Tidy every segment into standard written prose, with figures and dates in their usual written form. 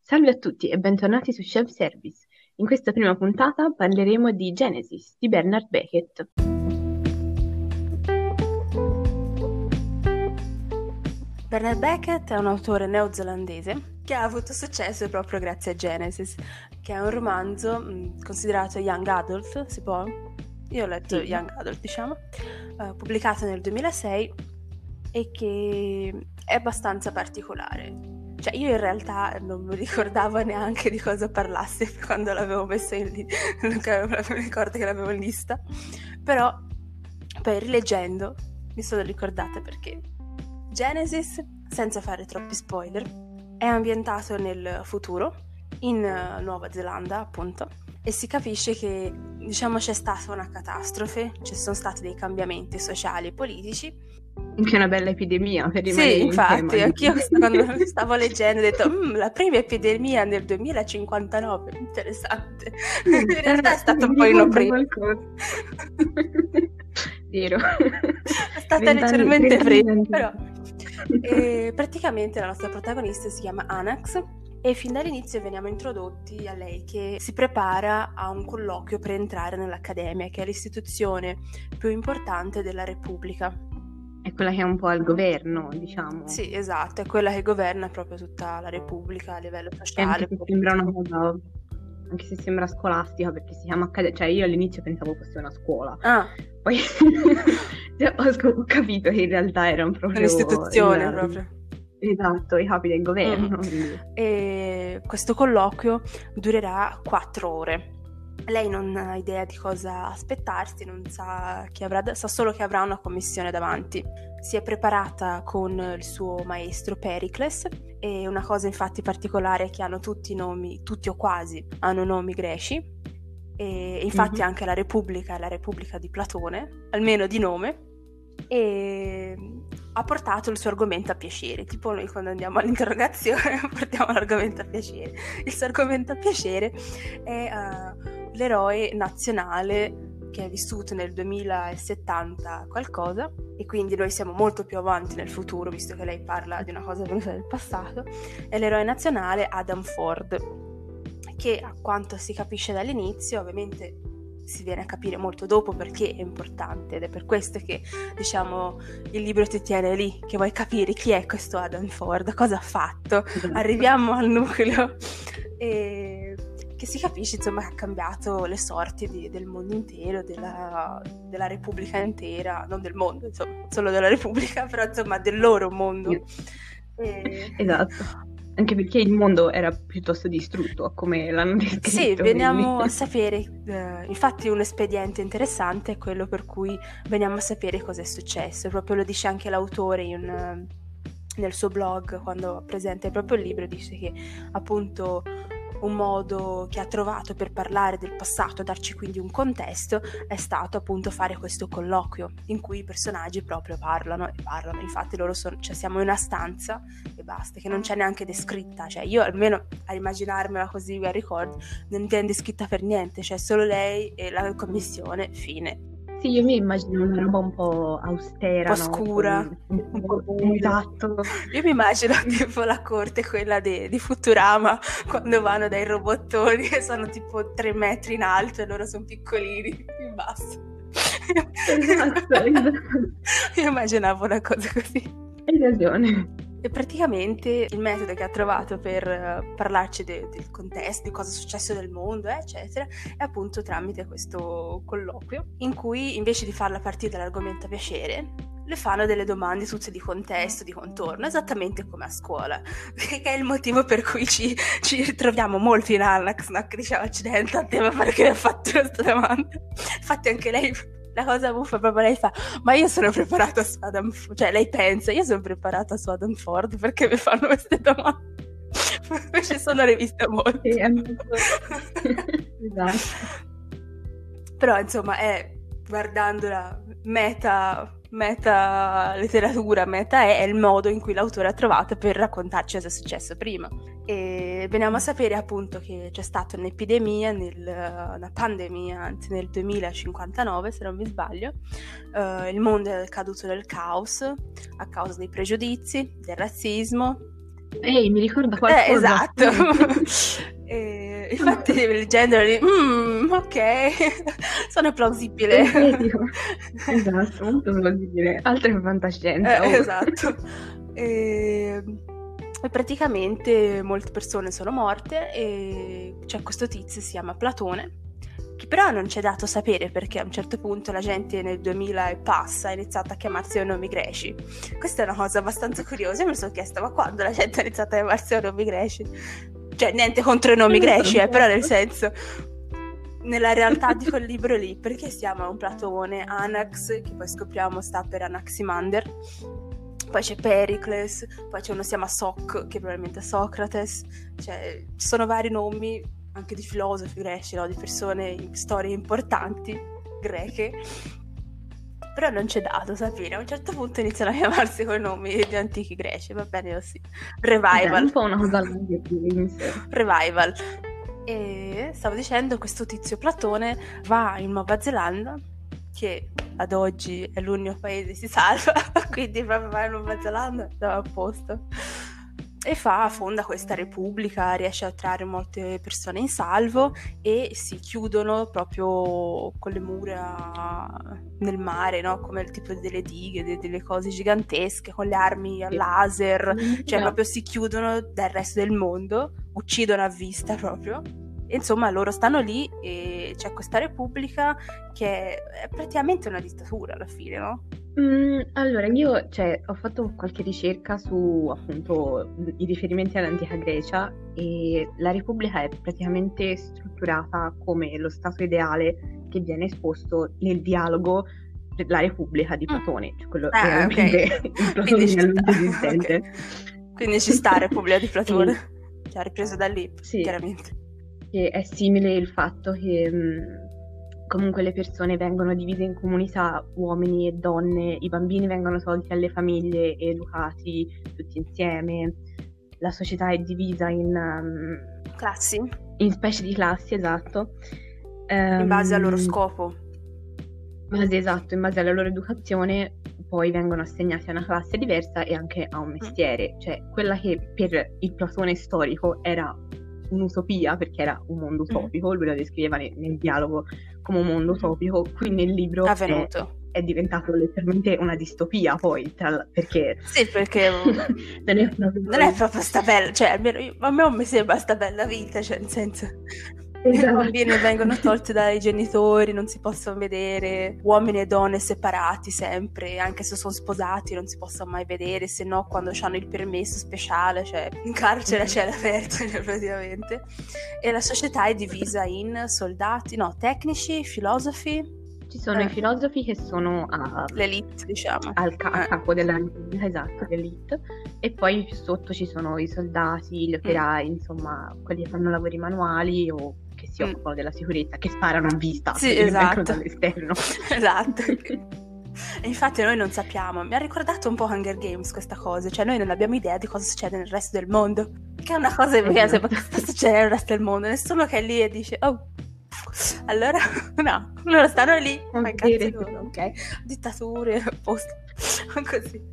Salve a tutti e bentornati su Chef Service. In questa prima puntata parleremo di Genesis di Bernard Beckett. Bernard Beckett è un autore neozelandese che ha avuto successo proprio grazie a Genesis, che è un romanzo considerato young adult, si può? Io ho letto Sì. young adult, diciamo, pubblicato nel 2006 e che è abbastanza particolare. Cioè, io in realtà non mi ricordavo neanche di cosa parlasse quando l'avevo messo in lista, non mi ricordo che l'avevo in lista, però poi rileggendo mi sono ricordata perché Genesis, senza fare troppi spoiler, è ambientato nel futuro, in Nuova Zelanda appunto, e si capisce che, diciamo, c'è stata una catastrofe, ci sono stati dei cambiamenti sociali e politici. Anche una bella epidemia per rimanere Sì, in infatti, tema. anch'io quando stavo leggendo ho detto la prima epidemia nel 2059, interessante. In realtà è stato un po' Mi in ricorda prima. qualcosa. Vero. È stata 20 anni, leggermente 30 prima, anni. però praticamente la nostra protagonista si chiama Anax e fin dall'inizio veniamo introdotti a lei che si prepara a un colloquio per entrare nell'Accademia, che è l'istituzione più importante della Repubblica. È quella che è un po' al governo, diciamo. Sì, esatto, è quella che governa proprio tutta la Repubblica a livello E sociale. anche se sembra una cosa, anche se sembra scolastica, perché si chiama accademia, cioè io all'inizio pensavo fosse una scuola, poi ho capito che in realtà era proprio un'istituzione proprio. Esatto, i capi del governo. E questo colloquio durerà 4 ore. Lei non ha idea di cosa aspettarsi, non sa chi avrà, sa solo che avrà una commissione davanti. Si è preparata con il suo maestro Pericles e una cosa infatti particolare è che hanno tutti nomi, tutti o quasi hanno nomi greci e infatti anche la Repubblica è la Repubblica di Platone, almeno di nome, e ha portato il suo argomento a piacere, tipo noi quando andiamo all'interrogazione portiamo l'argomento a piacere. Il suo argomento a piacere è l'eroe nazionale che è vissuto nel 2070 qualcosa, e quindi noi siamo molto più avanti nel futuro visto che lei parla di una cosa venuta nel passato. È l'eroe nazionale Adam Ford, che a quanto si capisce dall'inizio, ovviamente si viene a capire molto dopo perché è importante, ed è per questo che, diciamo, il libro ti tiene lì, che vuoi capire chi è questo Adam Ford, cosa ha fatto. Arriviamo al nucleo e che si capisce, insomma, che ha cambiato le sorti del mondo intero, della Repubblica intera, non del mondo, insomma, solo della Repubblica, però insomma del loro mondo. Esatto. Anche perché il mondo era piuttosto distrutto, come l'hanno descritto. Sì, veniamo a sapere, infatti un espediente interessante è quello per cui veniamo a sapere cosa è successo, proprio lo dice anche l'autore nel suo blog, quando presenta proprio il libro, dice che appunto un modo che ha trovato per parlare del passato, darci quindi un contesto, è stato appunto fare questo colloquio in cui i personaggi proprio parlano e parlano. Infatti loro siamo in una stanza e basta, che non c'è neanche descritta, cioè io almeno a immaginarmela così a ricordo non viene descritta per niente, cioè solo lei e la commissione, fine. Sì, io mi immagino una roba un po' austera, un po' scura, un po' esatto. Io mi immagino tipo la corte, quella di Futurama, quando vanno dai robottoni che sono tipo 3 metri in alto e loro sono piccolini, in basso. Esatto. Io immaginavo una cosa così. Hai ragione. E praticamente il metodo che ha trovato per parlarci del contesto, di cosa è successo nel mondo, eccetera, è appunto tramite questo colloquio, in cui invece di farla partire dall'argomento a piacere, le fanno delle domande tutte di contesto, di contorno, esattamente come a scuola, che è il motivo per cui ci ritroviamo molto in Anax, no? Che diciamo accidenti, ma perché ha fatto questa domanda? Infatti anche lei, la cosa buffa proprio, lei fa, ma io sono preparata su Adam Ford, cioè lei pensa, io sono preparata su Adam Ford perché mi fanno queste domande? Invece sono riviste molto. Esatto. Però insomma è, guardandola meta letteratura, è il modo in cui l'autore ha trovato per raccontarci cosa è successo prima. E veniamo a sapere appunto che c'è stata un'epidemia, una pandemia, anzi nel 2059 se non mi sbaglio. Il mondo è caduto nel caos a causa dei pregiudizi, del razzismo, Ehi, mi ricorda qualcosa. Esatto. Infatti leggendolo lì, ok, sono plausibile. Esatto, molto plausibile. Altre fantascienza. Esatto. E praticamente molte persone sono morte e c'è questo tizio, si chiama Platone, che però non ci è dato sapere perché a un certo punto la gente nel 2000 e passa ha iniziato a chiamarsi a nomi greci. Questa è una cosa abbastanza curiosa. Io mi sono chiesta, ma quando la gente ha iniziato a chiamarsi a nomi greci? Cioè, niente contro i nomi greci, però nel senso, nella realtà di quel libro lì, perché si chiama un Platone, Anax, che poi scopriamo sta per Anaximander, poi c'è Pericles, poi c'è uno che si chiama Soc, che probabilmente è Socrates, cioè ci sono vari nomi anche di filosofi greci, no? Di persone in storie importanti greche, però non c'è dato sapere. A un certo punto iniziano a chiamarsi con i nomi di antichi greci, va bene così. Revival. Un po' una cosa Revival. E stavo dicendo, questo tizio Platone va in Nuova Zelanda, che ad oggi è l'unico paese che si salva, quindi proprio va in Nuova Zelanda, stava a posto. E fonda questa repubblica, riesce a trarre molte persone in salvo e si chiudono proprio con le mura nel mare, no? Come il tipo delle dighe, delle cose gigantesche, con le armi a laser, cioè proprio si chiudono dal resto del mondo, uccidono a vista proprio. Insomma, loro stanno lì e c'è questa repubblica che è praticamente una dittatura alla fine, no? Allora, io ho fatto qualche ricerca su appunto i riferimenti all'antica Grecia e la Repubblica è praticamente strutturata come lo stato ideale che viene esposto nel dialogo della Repubblica di Platone, cioè quello realmente il Platone realmente esistente. Okay. Quindi ci sta Repubblica di Platone, cioè ripreso da lì, chiaramente. Che è simile il fatto che comunque le persone vengono divise in comunità, uomini e donne, i bambini vengono tolti alle famiglie e educati tutti insieme, la società è divisa in classi? In specie di classi, esatto. In base al loro scopo. Esatto, in base alla loro educazione poi vengono assegnati a una classe diversa e anche a un mestiere, cioè quella che per il Platone storico era un'utopia perché era un mondo utopico, lui lo descriveva nel dialogo come un mondo utopico, qui nel libro è diventato letteralmente una distopia poi, perché sì, perché non è proprio sta bella, cioè almeno a me non mi sembra sta bella vita, cioè nel senso i bambini vengono tolti dai genitori, non si possono vedere, uomini e donne separati sempre, anche se sono sposati non si possono mai vedere, se no quando hanno il permesso speciale, cioè in carcere a cielo aperto praticamente. E la società è divisa in soldati, tecnici, filosofi. Ci sono i filosofi che sono l'elite, diciamo, al capo della Repubblica, esatto, l'elite, e poi più sotto ci sono i soldati, gli operai, insomma, quelli che fanno lavori manuali o che si occupano della sicurezza, che sparano a vista, sì, esatto, dall'esterno. Esatto. E infatti noi non sappiamo, mi ha ricordato un po' Hunger Games questa cosa, cioè noi non abbiamo idea di cosa succede nel resto del mondo, che è una cosa che sta succedendo nel resto del mondo, nessuno che è lì e dice allora no, loro stanno lì, ma cazzo loro, ok, dittature, posto, così.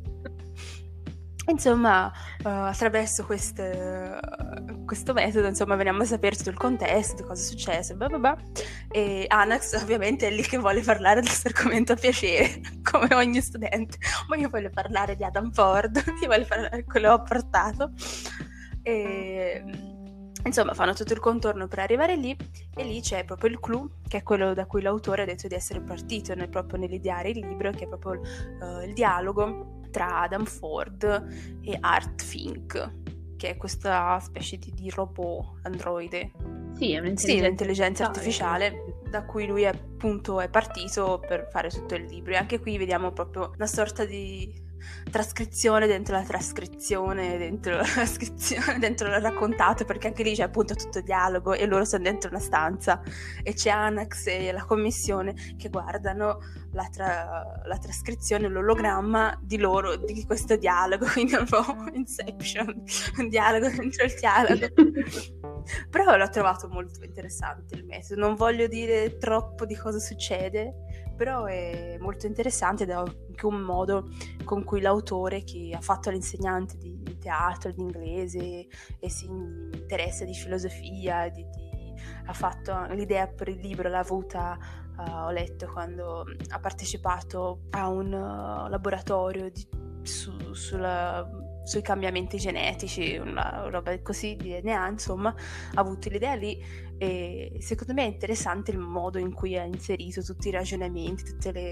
Insomma, attraverso questo metodo, insomma, veniamo a sapere tutto il contesto, di cosa è successo, blah blah blah. E Anax ovviamente è lì che vuole parlare del suo argomento a piacere, come ogni studente. Ma io voglio parlare di Adam Ford, io voglio parlare di quello che ho portato. E insomma, fanno tutto il contorno per arrivare lì, e lì c'è proprio il clou, che è quello da cui l'autore ha detto di essere partito proprio nell'ideare il libro, che è proprio il dialogo tra Adam Ford e Art Fink, che è questa specie di robot androide. Sì, è un'intelligenza artificiale da cui lui appunto è partito per fare tutto il libro. E anche qui vediamo proprio una sorta di trascrizione dentro la trascrizione dentro la trascrizione dentro il raccontato, perché anche lì c'è appunto tutto dialogo e loro sono dentro una stanza e c'è Anax e la commissione che guardano la trascrizione, l'ologramma di loro, di questo dialogo, quindi un po' Inception, un dialogo dentro il dialogo. Però l'ho trovato molto interessante il metodo, non voglio dire troppo di cosa succede, però è molto interessante ed è anche un modo con cui l'autore, che ha fatto l'insegnante di teatro, di inglese, e si interessa di filosofia, ha fatto l'idea per il libro, l'ha avuta, ho letto, quando ha partecipato a un laboratorio sui cambiamenti genetici, una roba così di DNA, insomma, ha avuto l'idea lì, e secondo me è interessante il modo in cui ha inserito tutti i ragionamenti,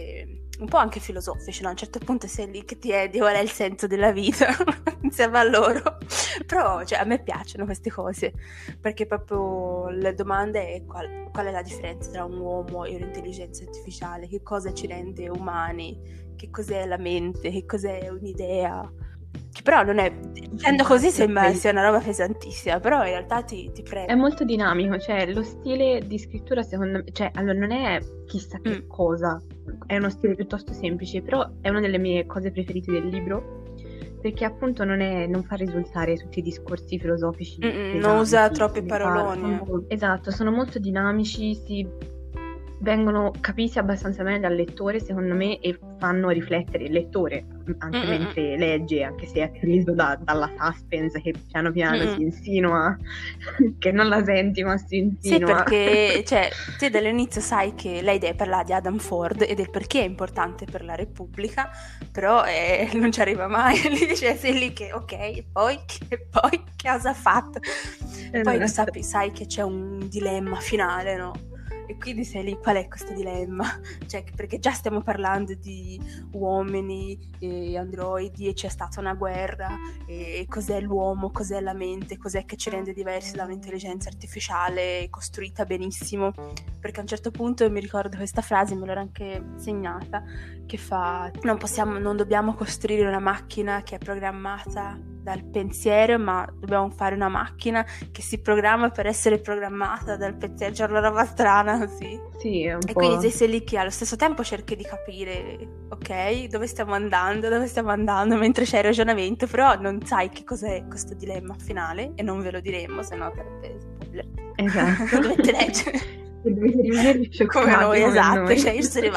un po' anche filosofici, no? A un certo punto sei lì che ti chiedi qual è il senso della vita insieme a loro, però cioè, a me piacciono queste cose, perché proprio la domanda è qual è la differenza tra un uomo e un'intelligenza artificiale, che cosa ci rende umani, che cos'è la mente, che cos'è un'idea, che però non è, dicendo così sembra sia una roba pesantissima, però in realtà ti prende. È molto dinamico, cioè lo stile di scrittura secondo me, cioè allora non è chissà che cosa, è uno stile piuttosto semplice, però è una delle mie cose preferite del libro, perché appunto non fa risultare tutti i discorsi filosofici pesanti, non usa troppi paroloni. Esatto, sono molto dinamici, vengono capiti abbastanza bene dal lettore, secondo me, e fanno riflettere il lettore anche mentre legge, anche se è preso dalla suspense che piano piano si insinua, che non la senti ma si insinua. Sì, perché cioè, te dall'inizio sai che lei deve parlare di Adam Ford e del perché è importante per la Repubblica, però non ci arriva mai, cioè sei lì che ok, e poi che cosa ha fatto? E poi sai che c'è un dilemma finale, no? E quindi sei lì, qual è questo dilemma? Cioè, perché già stiamo parlando di uomini e androidi, e c'è stata una guerra, e cos'è l'uomo, cos'è la mente, cos'è che ci rende diversi da un'intelligenza artificiale costruita benissimo. Perché a un certo punto mi ricordo questa frase, me l'ero anche segnata, che fa: non dobbiamo costruire una macchina che è programmata dal pensiero, ma dobbiamo fare una macchina che si programma per essere programmata dal pensiero. C'è una roba strana così. Sì, è un po'. E quindi sei lì che allo stesso tempo cerchi di capire, ok, dove stiamo andando mentre c'è il ragionamento, però non sai che cos'è questo dilemma finale, e non ve lo diremo, se no sarebbe spoiler. Esatto. Dovete leggere. Dovete rimanere scioccati come noi, esatto, noi. Cioè io sono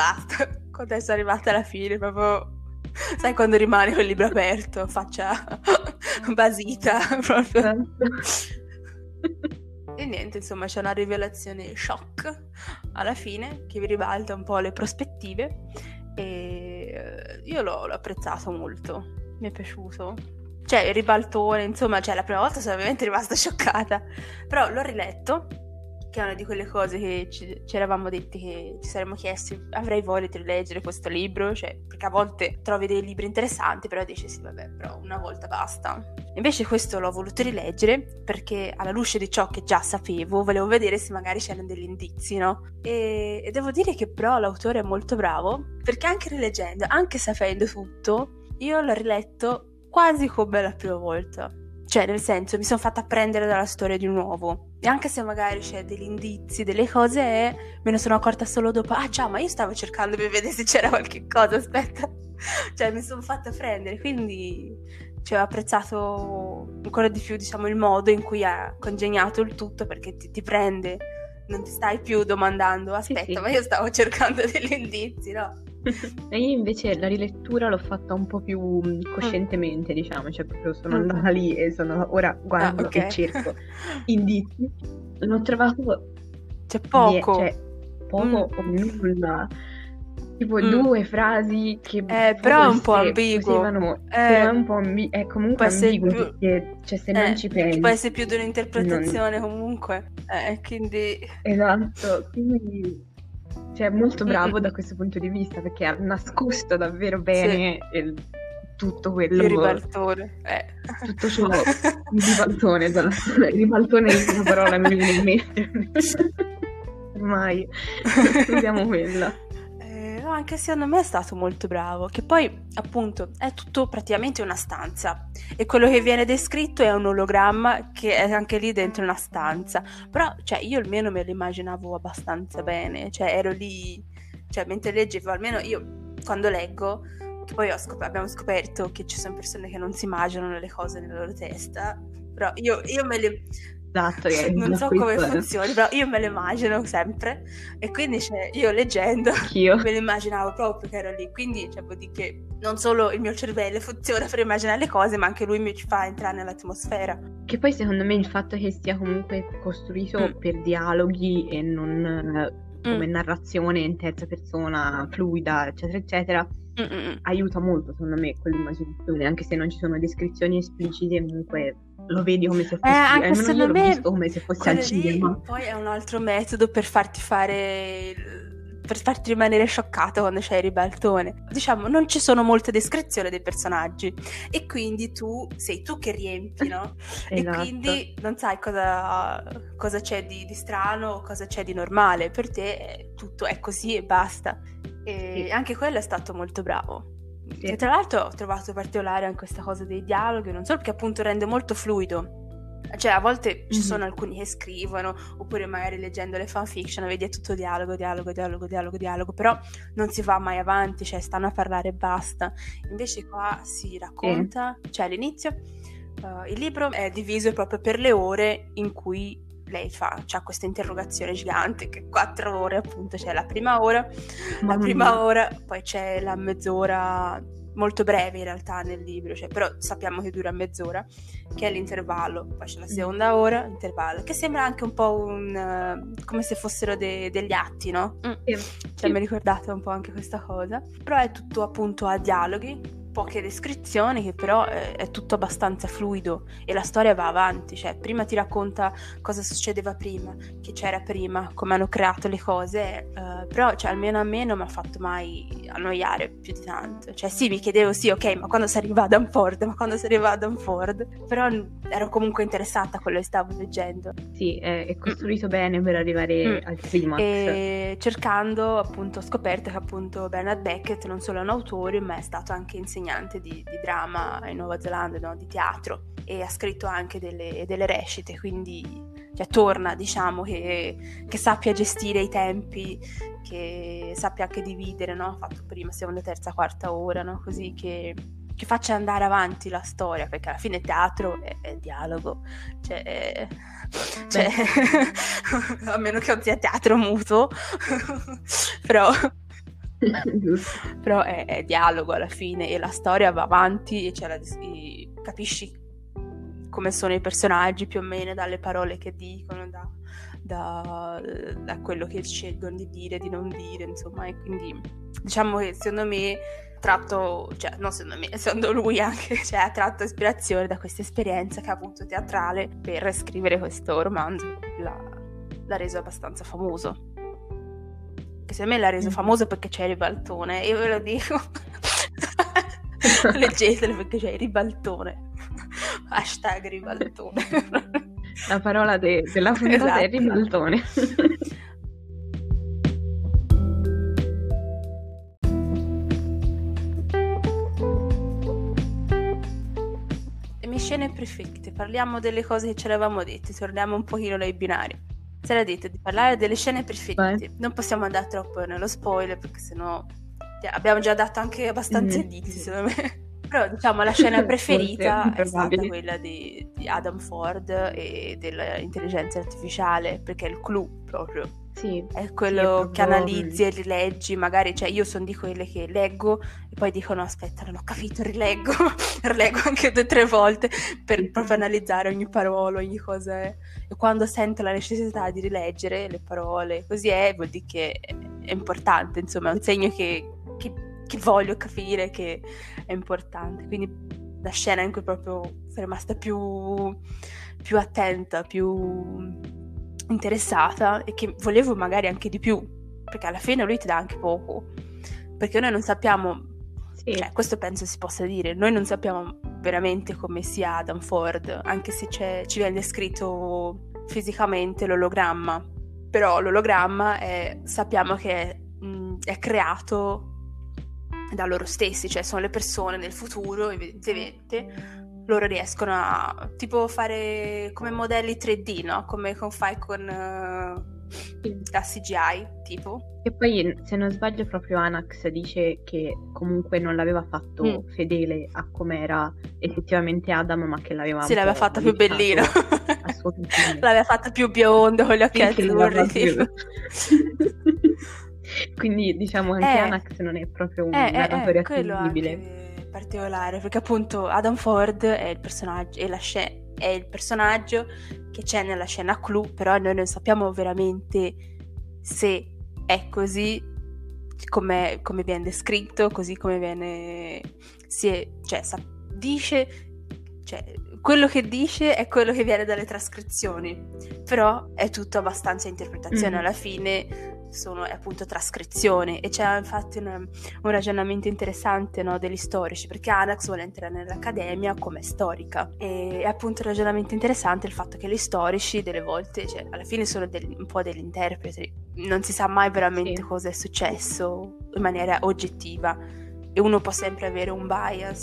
arrivata alla fine, proprio, sai, quando rimane col libro aperto, faccia basita proprio. E niente, insomma, c'è una rivelazione shock alla fine che vi ribalta un po' le prospettive, e io l'ho apprezzato molto, mi è piaciuto. Cioè, il ribaltone, insomma, la prima volta sono ovviamente rimasta scioccata, però l'ho riletto, che è una di quelle cose che ci eravamo detti che ci saremmo chiesti: avrei voglia di rileggere questo libro, cioè, perché a volte trovi dei libri interessanti, però dici sì, vabbè, però una volta basta. Invece questo l'ho voluto rileggere perché, alla luce di ciò che già sapevo, volevo vedere se magari c'erano degli indizi, no? E devo dire che però l'autore è molto bravo, perché anche rileggendo, anche sapendo tutto, io l'ho riletto quasi come la prima volta. Cioè, nel senso, mi sono fatta prendere dalla storia di nuovo. E anche se magari c'è degli indizi, delle cose, me ne sono accorta solo dopo. Ah già, ma io stavo cercando per vedere se c'era qualche cosa, aspetta. Cioè, mi sono fatta prendere, quindi ho apprezzato ancora di più, diciamo, il modo in cui ha congegnato il tutto, perché ti prende, non ti stai più domandando: aspetta, sì. Ma io stavo cercando degli indizi, no? E io invece la rilettura l'ho fatta un po' più coscientemente, diciamo, cioè proprio sono andata lì e ora guardo e cerco indizi. L'ho trovato poco o nulla, tipo 2 frasi che però è un po' ambiguo, però è un po' è comunque ambiguo, perché cioè, se non ci pensi può essere più di un'interpretazione comunque, quindi esatto, quindi cioè molto bravo da questo punto di vista, perché ha nascosto davvero bene tutto quello, il ribaltone, tutto ciò, il ribaltone è una parola mi viene in mente ormai usiamo quella. Anche secondo me è stato molto bravo, che poi appunto è tutto praticamente una stanza, e quello che viene descritto è un ologramma che è anche lì dentro una stanza, però cioè io almeno me lo immaginavo abbastanza bene, cioè ero lì, cioè mentre leggevo, almeno io quando leggo, che poi abbiamo scoperto che ci sono persone che non si immaginano le cose nella loro testa, però io me le Esatto, che non da so come questo- funzioni, però io me lo immagino sempre, e quindi io leggendo Anch'io. me lo immaginavo proprio che ero lì, quindi vuol dire che non solo il mio cervello funziona per immaginare le cose, ma anche lui mi ci fa entrare nell'atmosfera. Che poi secondo me il fatto che sia comunque costruito per dialoghi e non come narrazione in terza persona, fluida, eccetera, eccetera, aiuta molto secondo me con l'immaginazione, anche se non ci sono descrizioni esplicite, comunque lo vedi come se fossi, Anche almeno secondo io l'ho me visto come se fossi al quello lì cinema. poi è un altro metodo per farti per farti rimanere scioccato quando c'è il ribaltone. Diciamo, non ci sono molte descrizioni dei personaggi e quindi sei tu che riempi, no? E Esatto. quindi non sai cosa c'è di strano o cosa c'è di normale. Per te tutto è così e basta. E Sì. anche quello è stato molto bravo. Sì. E tra l'altro ho trovato particolare anche questa cosa dei dialoghi, non solo perché appunto rende molto fluido. Cioè a volte ci sono alcuni che scrivono, oppure magari leggendo le fanfiction vedi è tutto dialogo, però non si va mai avanti, cioè stanno a parlare e basta. Invece qua si racconta, cioè all'inizio il libro è diviso proprio per le ore in cui lei c'ha questa interrogazione gigante, che 4 ore appunto, c'è la prima ora, poi c'è la mezz'ora molto breve in realtà nel libro, cioè, però sappiamo che dura mezz'ora, che è l'intervallo, poi c'è la seconda ora, intervallo, che sembra anche un po' come se fossero degli atti, no? Cioè mi ricordate un po' anche questa cosa, però è tutto appunto a dialoghi, poche descrizioni, che però è tutto abbastanza fluido e la storia va avanti, cioè prima ti racconta cosa succedeva prima, che c'era prima, come hanno creato le cose, però cioè, almeno a me non mi ha fatto mai annoiare più di tanto, cioè sì, mi chiedevo sì, ok, ma quando si arriva ad Danford, però ero comunque interessata a quello che stavo leggendo. Sì, è costruito bene per arrivare al climax. E cercando, appunto, ho scoperto che appunto Bernard Beckett non solo è un autore, ma è stato anche insegnante di dramma in Nuova Zelanda, no? Di teatro, e ha scritto anche delle recite, quindi cioè, torna, diciamo, che sappia gestire i tempi, che sappia anche dividere, no? Fatto prima, seconda, terza, quarta ora, no? Così che faccia andare avanti la storia, perché alla fine teatro è dialogo, cioè a meno che non sia teatro muto, però è dialogo alla fine, e la storia va avanti e capisci come sono i personaggi più o meno dalle parole che dicono, da quello che scelgono di dire, di non dire, insomma, e quindi diciamo che secondo me secondo lui anche, cioè, ha tratto ispirazione da questa esperienza che ha avuto teatrale per scrivere questo romanzo, l'ha reso abbastanza famoso. Che secondo me l'ha reso famoso perché c'è il ribaltone, io ve lo dico. Leggetelo perché c'è il ribaltone. #ribaltone. La parola della puntata è ribaltone. Le mie scene preferite, parliamo delle cose che ci eravamo dette, torniamo un pochino nei binari. Si era detto di parlare delle scene preferite. Non possiamo andare troppo nello spoiler perché sennò abbiamo già dato anche abbastanza indizi, secondo me. Però diciamo la scena preferita è stata quella di Adam Ford e dell'intelligenza artificiale, perché è il clou proprio. Sì, è quello che analizzi e rileggi, magari, cioè io sono di quelle che leggo e poi dicono aspetta, non ho capito, rileggo anche 2 o 3 volte per proprio analizzare ogni parola, ogni cosa, e quando sento la necessità di rileggere le parole, così vuol dire che è importante, insomma, è un segno che voglio capire, che è importante. Quindi la scena in cui proprio sono rimasta più attenta, più interessata, e che volevo magari anche di più, perché alla fine lui ti dà anche poco, perché noi non sappiamo, cioè, questo penso si possa dire, noi non sappiamo veramente come sia Adam Ford, anche se ci viene descritto fisicamente l'ologramma, però l'ologramma sappiamo che è creato da loro stessi, cioè sono le persone nel futuro, evidentemente loro riescono a tipo fare come modelli 3D, no? Come fai con la CGI, tipo. E poi, se non sbaglio, proprio Anax dice che comunque non l'aveva fatto fedele a com'era effettivamente Adam, ma che l'aveva l'aveva fatta più bellino. suo tutino. L'aveva fatta più biondo con gli occhi Sì, azzurri, tipo. Quindi diciamo anche Anax non è proprio un narratore quello attendibile. anche particolare, perché appunto Adam Ford è il personaggio, è il personaggio che c'è nella scena clou, però noi non sappiamo veramente se è così come viene descritto, così come viene dice, cioè quello che dice è quello che viene dalle trascrizioni, però è tutto abbastanza interpretazione, alla fine è appunto trascrizione, e c'è infatti un ragionamento interessante, no, degli storici, perché Anax vuole entrare nell'accademia come storica, e appunto il ragionamento interessante è il fatto che gli storici delle volte, cioè alla fine sono un po' degli interpreti, non si sa mai veramente cosa è successo in maniera oggettiva, e uno può sempre avere un bias,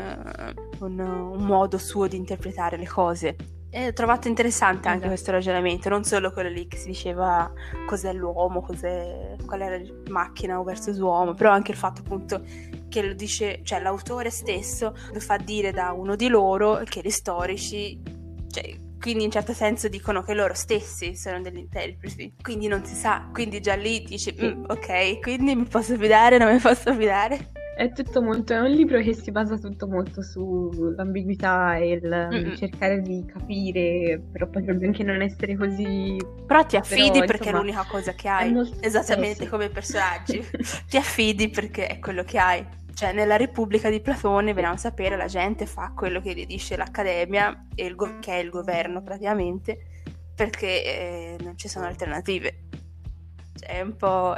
un modo suo di interpretare le cose. E ho trovato interessante anche questo ragionamento, non solo quello lì che si diceva cos'è l'uomo, qual è la macchina versus uomo, però anche il fatto appunto che lo dice, cioè l'autore stesso lo fa dire da uno di loro, che gli storici, cioè, quindi in certo senso dicono che loro stessi sono degli interpreti, quindi non si sa, quindi già lì dici ok, quindi mi posso fidare, non mi posso fidare. È tutto molto, è un libro che si basa tutto molto sull'ambiguità e il cercare di capire, però potrebbe anche non essere così. Però ti affidi perché è l'unica cosa che hai, esattamente come i personaggi. Ti affidi perché è quello che hai. Cioè nella Repubblica di Platone, veniamo a sapere, la gente fa quello che gli dice l'Accademia, che è il governo praticamente, perché non ci sono alternative. È un po'...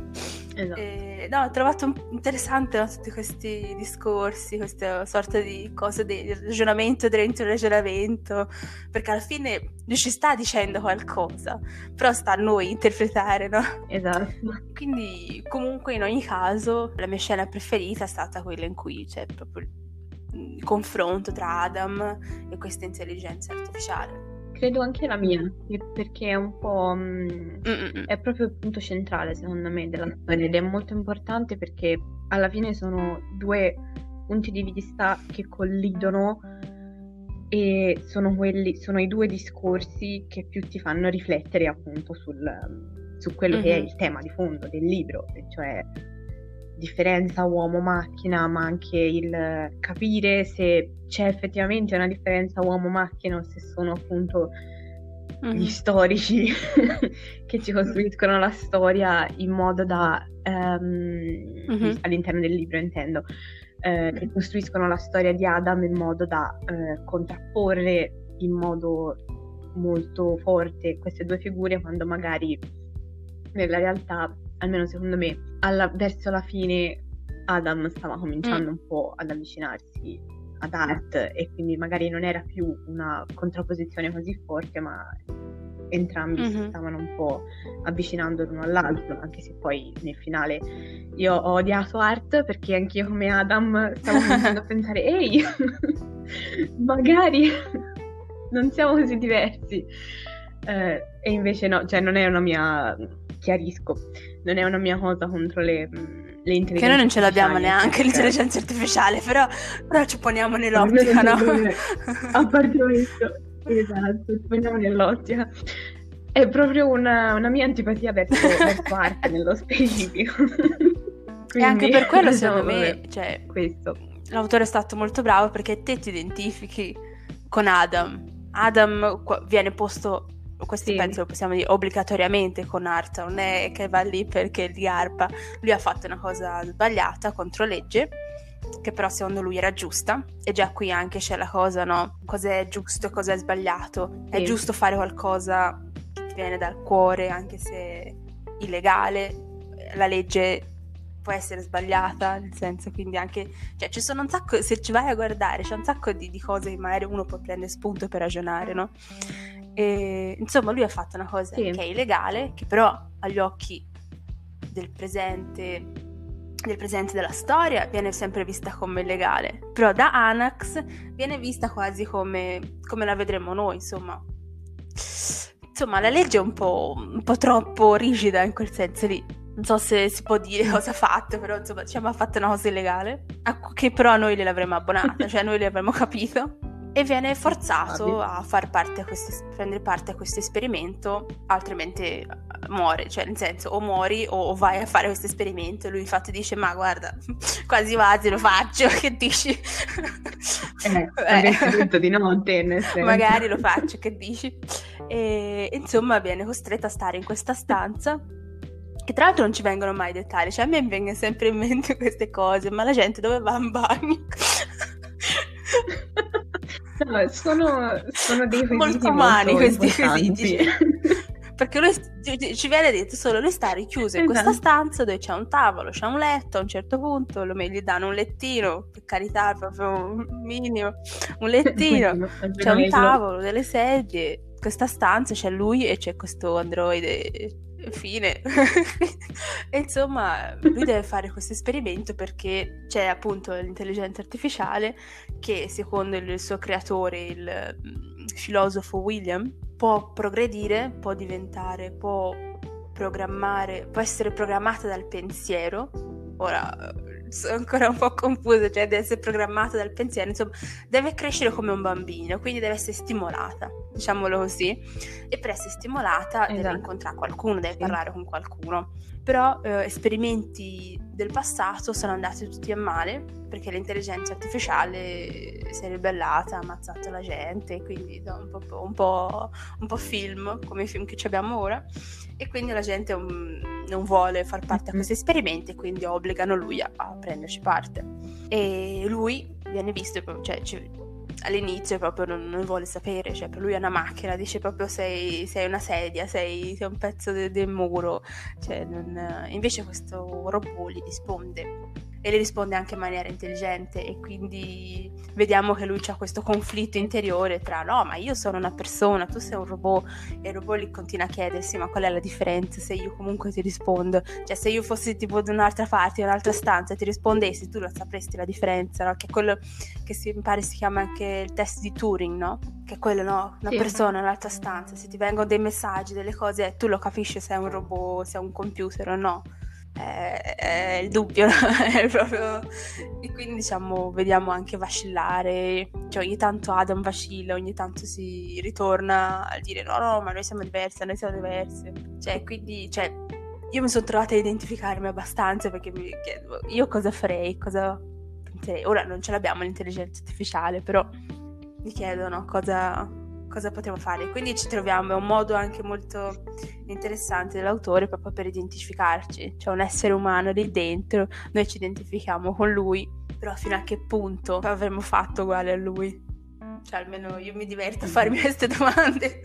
ho trovato interessante tutti questi discorsi, questa sorta di cosa di ragionamento dentro il ragionamento, perché alla fine ci sta dicendo qualcosa, però sta a noi interpretare, no? Esatto. Quindi comunque in ogni caso la mia scena preferita è stata quella in cui c'è proprio il confronto tra Adam e questa intelligenza artificiale. Credo anche la mia, perché è un po'... è proprio il punto centrale, secondo me, della storia, ed è molto importante perché alla fine sono due punti di vista che collidono e sono i due discorsi che più ti fanno riflettere appunto su quello che è il tema di fondo del libro, cioè differenza uomo-macchina, ma anche il capire se c'è effettivamente una differenza uomo-macchina o se sono appunto gli storici che ci costruiscono la storia in modo da all'interno del libro intendo che costruiscono la storia di Adam in modo da contrapporre in modo molto forte queste due figure, quando magari nella realtà, almeno secondo me, verso la fine Adam stava cominciando un po' ad avvicinarsi ad Art, e quindi magari non era più una contrapposizione così forte, ma entrambi si stavano un po' avvicinando l'uno all'altro, anche se poi nel finale io ho odiato Art perché anch'io come Adam stavo cominciando a pensare ehi, magari non siamo così diversi, e invece no, cioè non è una mia... chiarisco, non è una mia cosa contro le intelligenze che noi non ce l'abbiamo neanche l'intelligenza artificiale, però ci poniamo nell'ottica, no? A parte questo, esatto, ci poniamo nell'ottica. È proprio una mia antipatia verso Art nello specifico. Quindi, e anche per quello secondo me, cioè, questo. L'autore è stato molto bravo perché te ti identifichi con Adam viene posto, questo penso lo possiamo dire obbligatoriamente con Art, non è che va lì perché gli arpa, lui ha fatto una cosa sbagliata contro legge, che però secondo lui era giusta, e già qui anche c'è la cosa, no? Cosa è giusto e cosa è sbagliato. È giusto fare qualcosa che ti viene dal cuore anche se è illegale, la legge può essere sbagliata, nel senso, quindi anche, cioè ci sono un sacco, se ci vai a guardare c'è un sacco di cose che magari uno può prendere spunto per ragionare, no? E, insomma, lui ha fatto una cosa che è illegale, che però agli occhi del presente della storia viene sempre vista come illegale, però da Anax viene vista quasi come la vedremo noi, insomma la legge è un po' troppo rigida in quel senso lì. Non so se si può dire cosa ha fatto, però insomma ha fatto una cosa illegale che però noi gliel'avremmo abbonata, cioè noi l'avremmo capito, e viene forzato a prendere parte a questo esperimento, altrimenti muore, cioè nel senso o muori o vai a fare questo esperimento. E lui infatti dice: ma guarda, quasi quasi lo faccio, che dici? Avresti detto di no, te, nel senso. Magari lo faccio, che dici? E insomma viene costretta a stare in questa stanza, che tra l'altro non ci vengono mai dettagli, cioè a me vengono sempre in mente queste cose, ma la gente dove va in bagno? No, sono dei quesiti molto umani questi importanti. quesiti, perché lui ci viene detto solo lui sta richiuso in questa stanza dove c'è un tavolo, c'è un letto, a un certo punto gli danno un lettino, per carità, proprio un minimo, un lettino, c'è un tavolo, delle sedie, questa stanza c'è lui e c'è questo androide, fine. E insomma lui deve fare questo esperimento perché c'è appunto l'intelligenza artificiale che secondo il suo creatore, il filosofo William, può progredire, può programmare, può essere programmata dal pensiero. Ora sono ancora un po' confusa, cioè deve essere programmata dal pensiero, insomma deve crescere come un bambino, quindi deve essere stimolata, diciamolo così, e per essere stimolata deve incontrare qualcuno, deve parlare con qualcuno. Però esperimenti del passato sono andati tutti a male perché l'intelligenza artificiale si è ribellata, ha ammazzato la gente, quindi un po' film, come i film che abbiamo ora, e quindi la gente non vuole far parte a questi esperimenti e quindi obbligano lui a prenderci parte. E lui viene visto, cioè all'inizio proprio non vuole sapere, cioè per lui è una macchina, dice proprio sei una sedia, sei un pezzo del muro, cioè invece questo robot gli risponde e le risponde anche in maniera intelligente, e quindi vediamo che lui c'ha questo conflitto interiore tra no, ma io sono una persona, tu sei un robot, e il robot gli continua a chiedersi ma qual è la differenza se io comunque ti rispondo, cioè se io fossi tipo di un'altra parte, in un'altra stanza e ti rispondessi tu la sapresti la differenza, no? Che è quello che mi pare si chiama anche il test di Turing, no? Che è quello, no? Una persona in un'altra stanza, se ti vengono dei messaggi, delle cose, tu lo capisci se è un robot, se è un computer o no. È il dubbio, è proprio. E quindi diciamo vediamo anche vacillare, cioè ogni tanto Adam vacilla, ogni tanto si ritorna a dire no ma noi siamo diversi, cioè quindi io mi sono trovata a identificarmi abbastanza perché mi chiedo io cosa farei, cosa penserei. Ora non ce l'abbiamo l'intelligenza artificiale, però mi chiedono cosa potremmo fare, quindi ci troviamo, è un modo anche molto interessante dell'autore proprio per identificarci, cioè un essere umano lì dentro, noi ci identifichiamo con lui, però fino a che punto avremmo fatto uguale a lui, cioè almeno io mi diverto a farmi queste domande.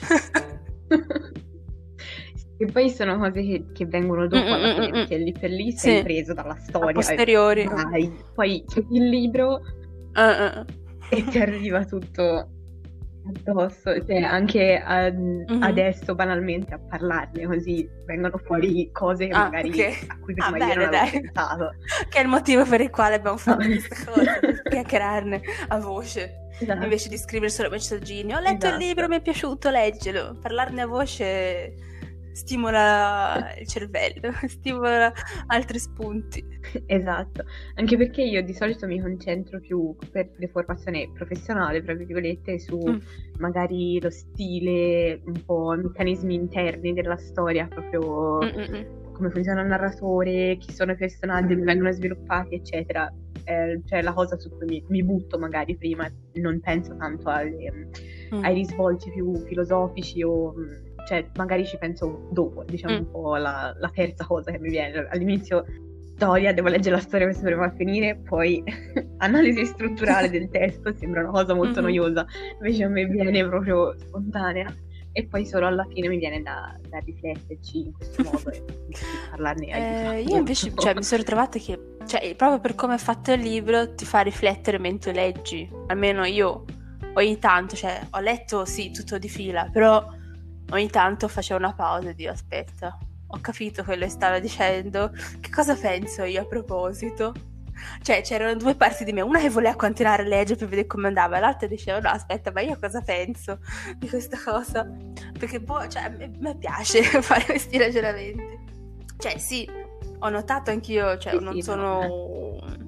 E poi sono cose che vengono dopo alla fine, perché lì per lì sei preso dalla storia, a posteriori. Poi c'è il libro e ti arriva tutto addosso, cioè anche adesso banalmente a parlarne così vengono fuori cose magari a cui prima io non avevo pensato, che è il motivo per il quale abbiamo fatto questa cosa, per chiacchierarne a voce, invece di scrivere solo messaggini. Ho letto il libro, mi è piaciuto, leggelo. Parlarne a voce stimola il cervello, stimola altri spunti. Esatto, anche perché io di solito mi concentro più per le formazioni professionali, tra virgolette, su magari lo stile, un po' i meccanismi interni della storia, proprio come funziona il narratore, chi sono i personaggi che vengono sviluppati, eccetera. Cioè la cosa su cui mi butto magari prima, non penso tanto ai risvolti più filosofici o... cioè magari ci penso dopo, diciamo un po' la terza cosa che mi viene. All'inizio storia, devo leggere la storia per sapere come va a finire, poi analisi strutturale del testo, sembra una cosa molto noiosa, invece a me viene proprio spontanea, e poi solo alla fine mi viene da rifletterci in questo modo e parlarne. Io invece mi sono ritrovata che proprio per come è fatto il libro ti fa riflettere mentre leggi, almeno io ogni tanto, ho letto sì tutto di fila, però ogni tanto facevo una pausa e dico aspetta, ho capito quello che stava dicendo, che cosa penso io a proposito? Cioè c'erano due parti di me, una che voleva continuare a leggere per vedere come andava, e l'altra diceva no aspetta, ma io cosa penso di questa cosa? Perché a me piace fare questi ragionamenti. Sì, ho notato anch'io, non sono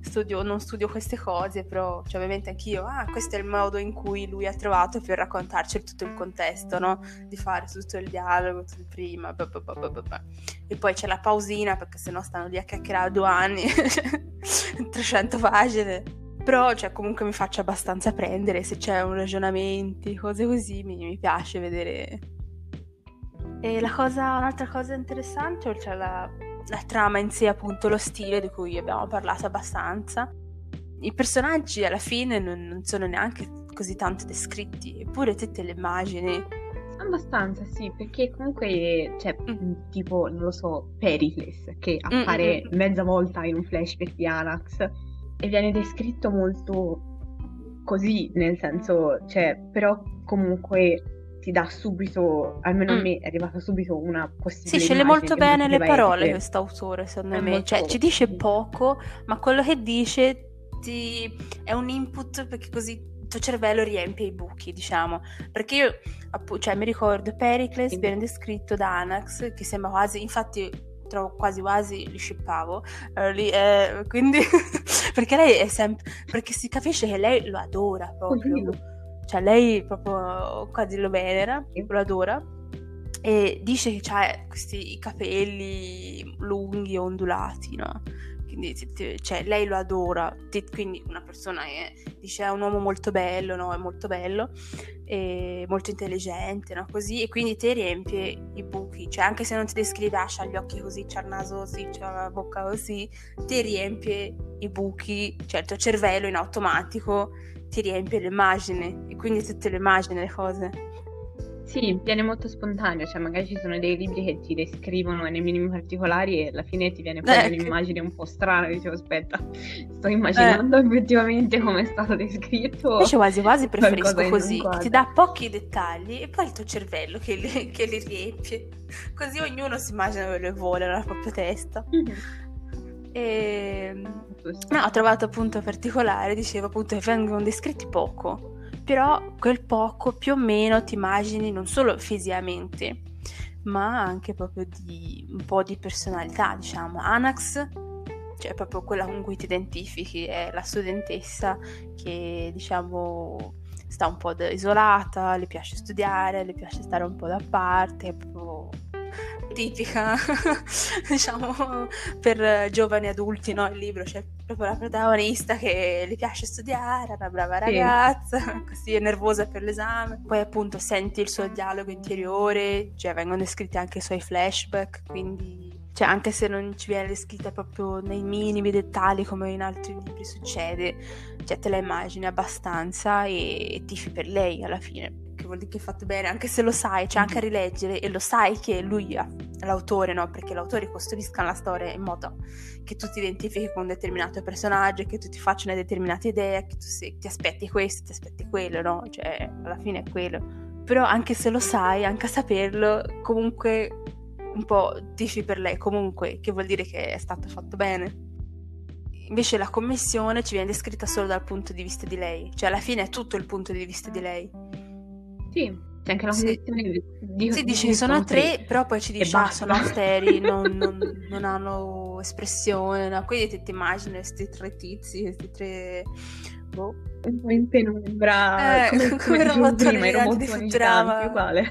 non studio queste cose, però cioè, ovviamente anch'io, questo è il modo in cui lui ha trovato per raccontarci tutto il contesto, no? Di fare tutto il dialogo, tutto il prima, e poi c'è la pausina, perché sennò stanno lì a chiacchierare 2 anni, 300 pagine. Però cioè, comunque mi faccio abbastanza prendere, se c'è un ragionamento, cose così, mi piace vedere. E un'altra cosa interessante, oltre alla trama in sé, appunto lo stile di cui abbiamo parlato abbastanza, i personaggi alla fine non sono neanche così tanto descritti, eppure tutte le immagini. Abbastanza, sì, perché comunque c'è tipo, non lo so, Pericles, che appare mezza volta in un flashback di Anax e viene descritto molto così, nel senso, cioè, però comunque ti dà subito, almeno a me è arrivata subito una possibile Sì, sceglie immagine molto di bene le poteva parole essere. quest'autore, secondo È me. molto- Cioè, ci dice poco, ma quello che dice è un input, perché così il tuo cervello riempie i buchi, diciamo. Perché io, cioè, mi ricordo Pericles Sì. viene descritto da Anax, che sembra quasi, infatti trovo quasi li shippavo, quindi perché lei è sempre, perché si capisce che lei lo adora proprio, cioè lei proprio quasi lo venera, lo adora, e dice che ha questi capelli lunghi ondulati, no? Quindi cioè, lei lo adora, quindi una persona che dice è un uomo molto bello, no? È molto bello, e molto intelligente, no? Così, e quindi ti riempie i buchi, cioè anche se non ti descrive, c'ha gli occhi così, c'ha il naso così, c'ha la bocca così, ti riempie i buchi, cioè il tuo cervello in automatico ti riempie l'immagine, e quindi tutte le immagini, le cose. Sì, viene molto spontaneo, cioè magari ci sono dei libri che ti descrivono nei minimi particolari e alla fine ti viene fuori un'immagine un po' strana, dicevo aspetta, sto immaginando effettivamente come è stato descritto. Invece quasi preferisco così, che ti dà pochi dettagli e poi il tuo cervello che li riempie, così ognuno si immagina quello che vuole nella propria testa. No, ho trovato appunto particolare, dicevo appunto che vengono descritti poco, però quel poco più o meno ti immagini non solo fisicamente, ma anche proprio di un po' di personalità, diciamo. Anax, cioè proprio quella con cui ti identifichi, è la studentessa che, diciamo, sta un po' isolata, le piace studiare, le piace stare un po' da parte, è proprio tipica, diciamo, per giovani adulti, no? Il libro c'è proprio la protagonista che le piace studiare, è una brava ragazza, così è nervosa per l'esame. Poi appunto senti il suo dialogo interiore, cioè vengono descritti anche i suoi flashback, quindi cioè anche se non ci viene descritta proprio nei minimi dettagli come in altri libri succede, cioè te la immagini abbastanza e tifi per lei alla fine, che vuol dire che è fatto bene, anche se lo sai, cioè anche a rileggere e lo sai che lui è l'autore, no? Perché l'autori costruiscono la storia in modo che tu ti identifichi con un determinato personaggio, che tu ti faccia una determinata idea, che tu ti aspetti questo, ti aspetti quello, no? Cioè alla fine è quello. Però anche se lo sai, anche a saperlo, comunque un po' tifi per lei, comunque, che vuol dire che è stato fatto bene. Invece la commissione ci viene descritta solo dal punto di vista di lei, cioè alla fine è tutto il punto di vista di lei. Sì, c'è anche la commissione sì, dice che sono 3, però poi ci dice sono austeri, non hanno espressione, no? Quindi ti immagini questi 3 tizi, questi 3 un po' in penombra, come dicevo prima, i robottoni giganti, uguale.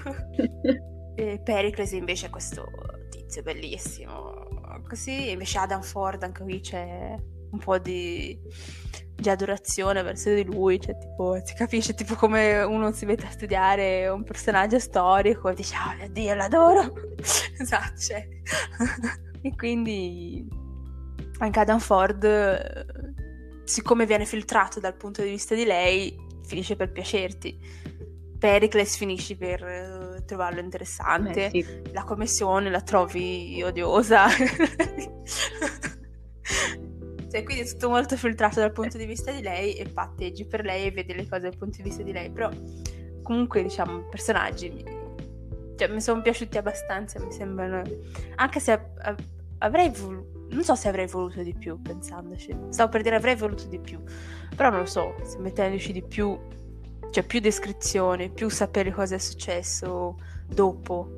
E Pericles invece è questo tizio bellissimo, così. Invece Adam Ford, anche qui c'è un po' di adorazione verso di lui, cioè tipo si capisce tipo come uno si mette a studiare un personaggio storico e dice oh mio Dio l'adoro. Esatto, cioè. E quindi anche Adam Ford, siccome viene filtrato dal punto di vista di lei, finisce per piacerti. Pericles finisci per trovarlo interessante. Sì. La commissione la trovi odiosa. Cioè, quindi è tutto molto filtrato dal punto di vista di lei e patteggi per lei e vedi le cose dal punto di vista di lei. Però comunque diciamo personaggi mi sono piaciuti abbastanza, mi sembrano, anche se avrei voluto, non so se avrei voluto di più, pensandoci, stavo per dire avrei voluto di più, però non lo so, se mettendoci di più, cioè più descrizione, più sapere cosa è successo dopo,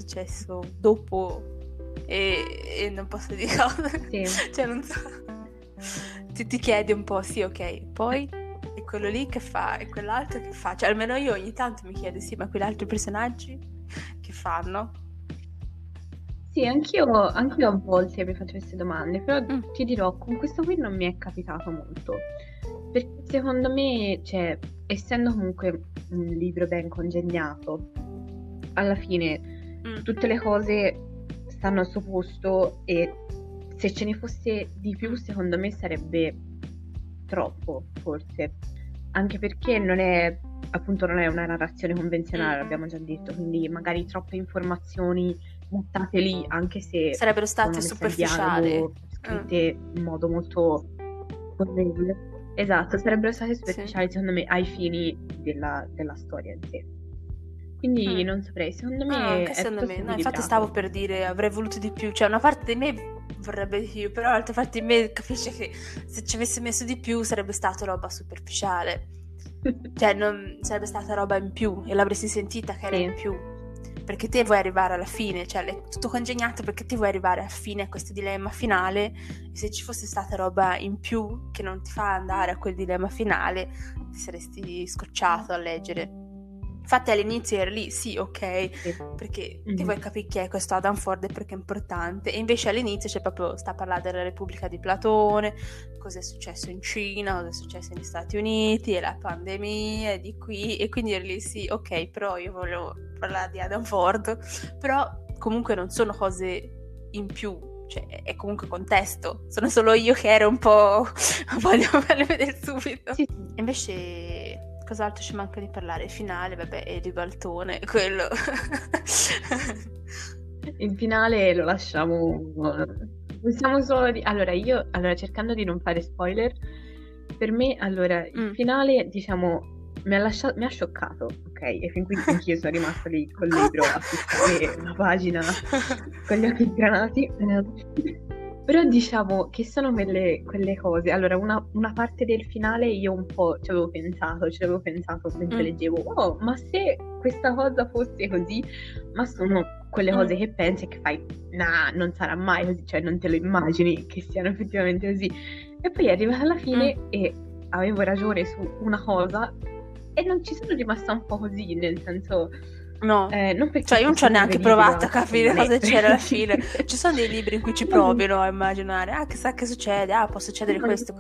e non posso dire cosa. Sì. Cioè non so. Ti chiedi un po', sì, ok, poi e quello lì che fa, e quell'altro che fa, cioè almeno io ogni tanto mi chiedo, sì, ma quegli altri personaggi che fanno? Sì, anch'io a volte mi faccio queste domande, però Mm, ti dirò, con questo qui non mi è capitato molto, perché secondo me, cioè, essendo comunque un libro ben congegnato, alla fine tutte le cose stanno al suo posto e se ce ne fosse di più, secondo me sarebbe troppo, forse, anche perché appunto, non è una narrazione convenzionale, l'abbiamo già detto, quindi magari troppe informazioni buttate lì, anche se sarebbero sono state messe in superficiali. dialogo, scritte in modo molto conveniente. Esatto, sarebbero state Sì. superficiali secondo me ai fini della storia in sé. Quindi non saprei, secondo me Anche è secondo me, piuttosto no, infatti equilibrato. stavo per dire avrei voluto di più, cioè una parte di me vorrebbe di più, però l'altra parte di me capisce che se ci avesse messo di più sarebbe stata roba superficiale, cioè non sarebbe stata roba in più e l'avresti sentita che era Sì. in più, perché te vuoi arrivare alla fine, cioè è tutto congegnato perché te vuoi arrivare alla fine a questo dilemma finale, e se ci fosse stata roba in più che non ti fa andare a quel dilemma finale ti saresti scocciato a leggere. Infatti all'inizio eri lì, sì, ok, Sì. perché Mhm. ti vuoi capire chi è questo Adam Ford e perché è importante, e invece all'inizio c'è proprio, sta a parlare della Repubblica di Platone, cosa è successo in Cina, cosa è successo negli Stati Uniti, e la pandemia, e di qui, e quindi eri lì, sì, ok, però io volevo parlare di Adam Ford, però comunque non sono cose in più, cioè è comunque contesto, sono solo io che ero un po' voglio farle vedere subito. Sì. Invece cos'altro ci manca di parlare? Il finale, vabbè, è ribaltone, quello. Il finale lo lasciamo. Possiamo solo allora, cercando di non fare spoiler, per me, allora, il finale, diciamo, mi ha scioccato, ok? E fin qui anch'io sono rimasta lì col libro a fissare una pagina con gli occhi sgranati. Però diciamo che sono quelle cose. Allora, una parte del finale io un po' ci avevo pensato mentre leggevo, oh, ma se questa cosa fosse così, ma sono quelle cose che pensi e che fai, nah, non sarà mai così, cioè non te lo immagini che siano effettivamente così. E poi arriva alla fine e avevo ragione su una cosa e non ci sono rimasta un po' così, nel senso... No, non perché cioè io non ci ho neanche provato a capire cosa c'era alla fine. Ci sono dei libri in cui ci provi, no, a immaginare, chissà che succede, può succedere questo.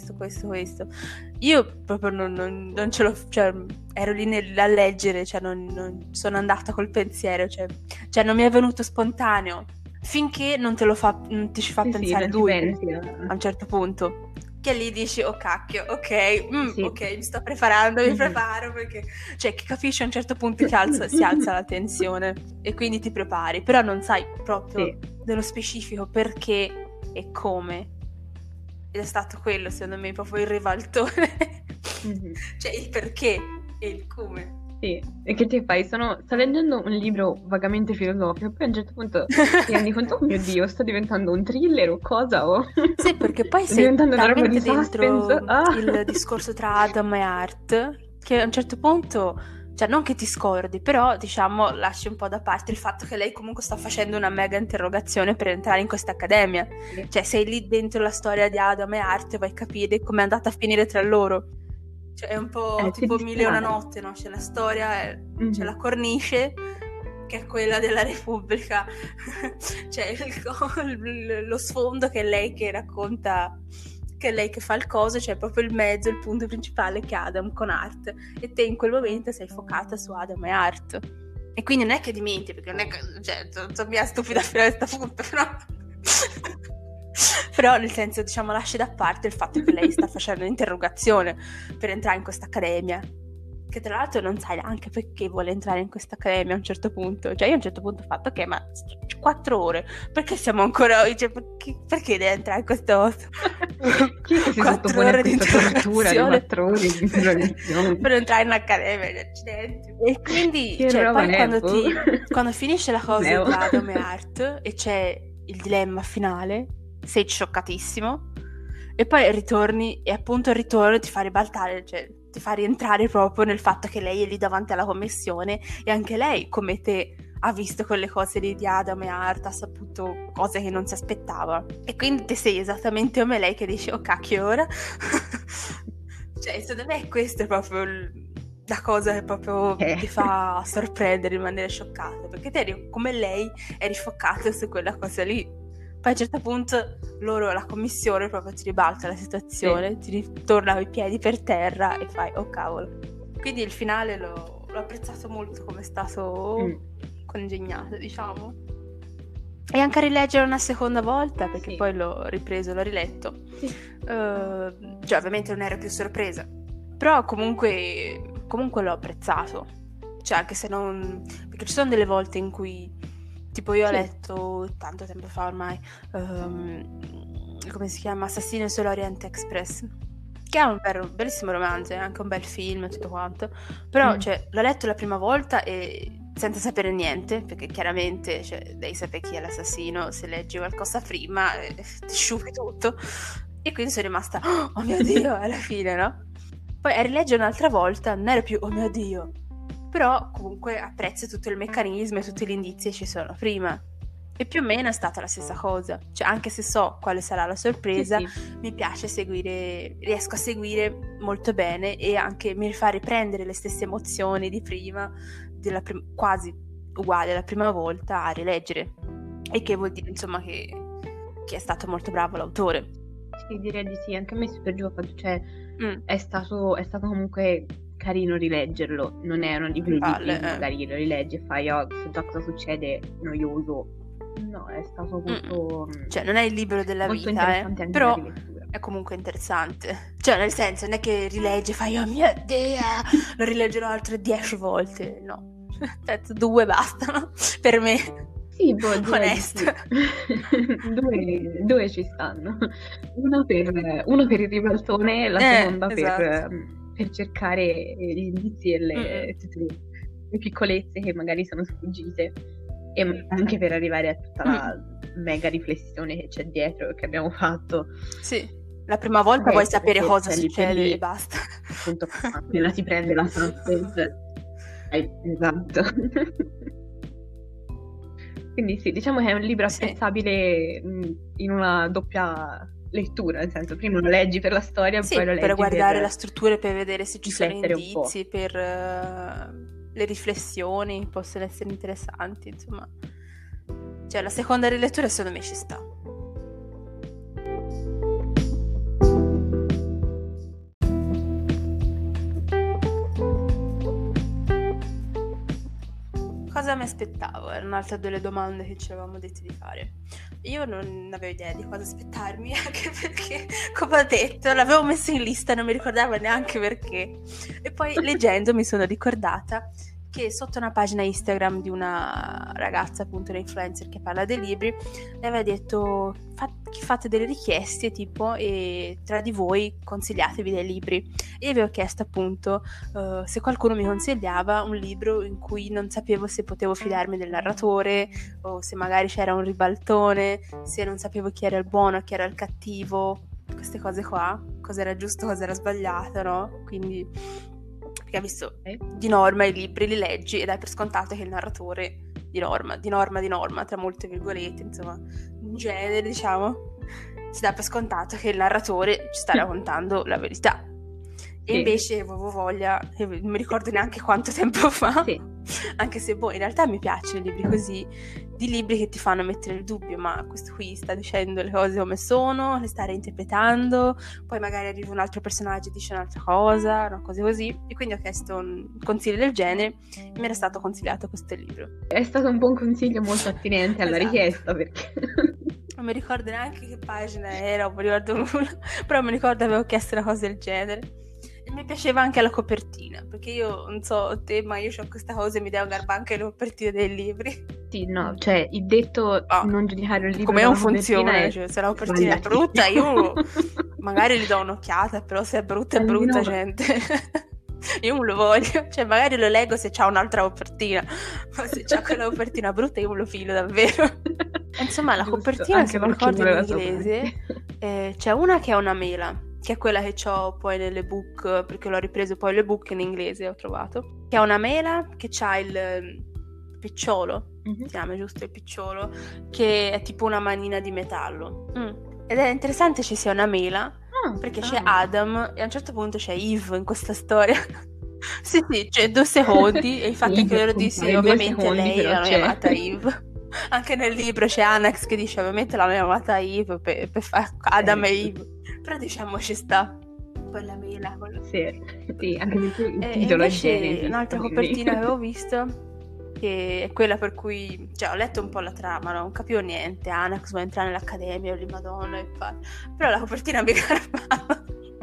Io proprio non ce l'ho, cioè ero lì a leggere, cioè non sono andata col pensiero, cioè non mi è venuto spontaneo, finché non ti ci fa pensare lui, a un certo punto. Che lì dici, oh cacchio, ok, ok, mi sto preparando, mi preparo, perché cioè che capisci a un certo punto che si alza la tensione e quindi ti prepari, però non sai proprio nello specifico perché e come, ed è stato quello secondo me proprio il ribaltone, cioè il perché e il come. Sì, e che ti fai? Sto leggendo un libro vagamente filosofico, poi a un certo punto ti rendi conto, oh mio Dio, sto diventando un thriller o cosa? Sì, perché poi sto sei diventando una roba di dentro suspense. il discorso tra Adam e Art, che a un certo punto, cioè non che ti scordi, però diciamo lasci un po' da parte il fatto che lei comunque sta facendo una mega interrogazione per entrare in questa accademia. Sì. Cioè sei lì dentro la storia di Adam e Art e vai a capire com'è andata a finire tra loro. Cioè un po' tipo Mille e una notte, no? C'è la storia, c'è la cornice, che è quella della Repubblica, c'è lo sfondo che è lei che racconta, che è lei che fa il coso, c'è proprio il mezzo, il punto principale che è Adam con Art, e te in quel momento sei focata su Adam e Art. E quindi non è che dimentichi, perché non è che, cioè, sono mia stupida fino a questo punto, però nel senso, diciamo, lasci da parte il fatto che lei sta facendo un'interrogazione per entrare in questa accademia, che tra l'altro non sai neanche perché vuole entrare in questa accademia a un certo punto. Cioè io a un certo punto ho fatto, ok, ma 4 ore, perché siamo ancora, cioè, perché deve entrare in questo chi è che si 4 ore di interrogazione? 4 ore di interrogazione per entrare in accademia, accidenti. E quindi che cioè, poi è, quando finisce la cosa di Adam e Art e c'è il dilemma finale, sei scioccatissimo e poi ritorni e appunto il ritorno ti fa ribaltare, cioè ti fa rientrare proprio nel fatto che lei è lì davanti alla commissione e anche lei come te ha visto quelle cose lì di Adam e Art, ha saputo cose che non si aspettava. E quindi te sei esattamente come lei che dice, oh cacchio ora. Cioè, secondo me questo è proprio la cosa che proprio ti fa sorprendere, rimanere scioccato, perché te eri, come lei eri scioccato su quella cosa lì. Poi a un certo punto la commissione proprio ti ribalta la situazione, ti ritorna i piedi per terra e fai oh cavolo. Quindi il finale l'ho apprezzato molto, come è stato congegnato, diciamo. E anche a rileggere una seconda volta, perché poi l'ho ripreso, l'ho riletto. Cioè ovviamente non ero più sorpresa, però comunque l'ho apprezzato. Cioè anche se non... perché ci sono delle volte in cui tipo io ho letto tanto tempo fa ormai come si chiama? Assassino sull'Orient Express, che è un bellissimo romanzo, è anche un bel film e tutto quanto, però cioè, l'ho letto la prima volta e senza sapere niente, perché chiaramente cioè, devi sapere chi è l'assassino, se leggi qualcosa prima ti sciupi tutto, e quindi sono rimasta oh mio Dio alla fine, no? Poi a rileggere un'altra volta non ero più oh mio Dio, però comunque apprezzo tutto il meccanismo e tutti gli indizi che ci sono prima. E più o meno è stata la stessa cosa. Cioè, anche se so quale sarà la sorpresa, mi piace seguire, riesco a seguire molto bene e anche mi fa riprendere le stesse emozioni di prima, quasi uguali alla prima volta a rileggere. E che vuol dire, insomma, che è stato molto bravo l'autore. Sì, direi di sì. Anche a me Super Giù cioè, è stato comunque carino rileggerlo. Non è uno di quei libri che magari lo rileggi e fai oh, so già cosa succede, noioso. No, è stato molto... Cioè, non è il libro della vita, però è comunque interessante. Cioè, nel senso, non è che rileggi e fai, oh mio Dio, lo rileggerò altre 10 volte. No, 2 bastano, per me. Sì, onesto. Sì. Due ci stanno. Uno per il ribaltone e la seconda esatto. per cercare gli indizi e tutte le piccolezze che magari sono sfuggite. E anche per arrivare a tutta la mega riflessione che c'è dietro, che abbiamo fatto. Sì, la prima volta vuoi sapere cosa succede e basta. Appunto, appena si prende la suspense. Esatto. Quindi sì, diciamo che è un libro apprezzabile in una doppia lettura, nel senso, prima lo leggi per la storia, poi lo leggi per guardare la struttura e per vedere se ci sono indizi, per... le riflessioni possono essere interessanti, insomma. Cioè, la seconda rilettura secondo me ci sta. Cosa mi aspettavo? Era un'altra delle domande che ci avevamo detto di fare. Io non avevo idea di cosa aspettarmi, anche perché, come ho detto, l'avevo messo in lista, non mi ricordavo neanche perché. E poi leggendo mi sono ricordata che sotto una pagina Instagram di una ragazza, appunto, una influencer che parla dei libri, le aveva detto fate delle richieste tipo e tra di voi consigliatevi dei libri. E io avevo chiesto appunto se qualcuno mi consigliava un libro in cui non sapevo se potevo fidarmi del narratore o se magari c'era un ribaltone, se non sapevo chi era il buono, chi era il cattivo, queste cose qua, cosa era giusto, cosa era sbagliato, no? Quindi perché ha visto di norma i libri li leggi e dai per scontato che il narratore di norma, tra molte virgolette, insomma, in genere, diciamo, si dà per scontato che il narratore ci sta raccontando la verità. E invece avevo voglia, non mi ricordo neanche quanto tempo fa, anche se in realtà mi piacciono i libri così, di libri che ti fanno mettere il dubbio, ma questo qui sta dicendo le cose come sono, le sta reinterpretando, poi magari arriva un altro personaggio e dice un'altra cosa, una cosa così, e quindi ho chiesto un consiglio del genere e mi era stato consigliato questo libro. È stato un buon consiglio, molto attinente alla richiesta, perché... Non mi ricordo neanche che pagina era, non mi ricordo nulla, però mi ricordo avevo chiesto una cosa del genere. E mi piaceva anche la copertina, perché io non so te, ma io ho questa cosa e mi devo garba anche le copertine dei libri. Sì, no, cioè il detto non giudicare un libro come non funziona, cioè, se la copertina è brutta io magari gli do un'occhiata, però se è brutta è brutta, gente. Io non lo voglio, cioè magari lo leggo se c'ha un'altra copertina, ma se c'ha quella copertina brutta io me lo filo davvero. Insomma, la copertina, se mi ricordo in inglese, c'è una che è una mela, che è quella che ho poi nelle book, perché l'ho ripreso poi le book in inglese, ho trovato, che è una mela, che c'ha picciolo, Mhm. si chiama giusto il picciolo, che è tipo una manina di metallo. Ed è interessante ci sia una mela, Ah, perché c'è strano. Adam e a un certo punto c'è Eve in questa storia. Sì, c'è 2 secondi e il fatto è che Eve loro compare sì, 2 ovviamente secondi, lei però l'hanno c'è. chiamata Eve. Anche nel libro c'è Anax che dice ovviamente l'hanno chiamata Eve per fare Adam e Eve. Però diciamo ci sta quella mela. Sì, anche perché il E titolo è invece Genesis, un'altra quindi. copertina che avevo visto, che è quella per cui, cioè ho letto un po' la trama, non capivo niente, Anax vuole entrare nell'accademia, lì madonna e fa. Però la copertina mi garbava.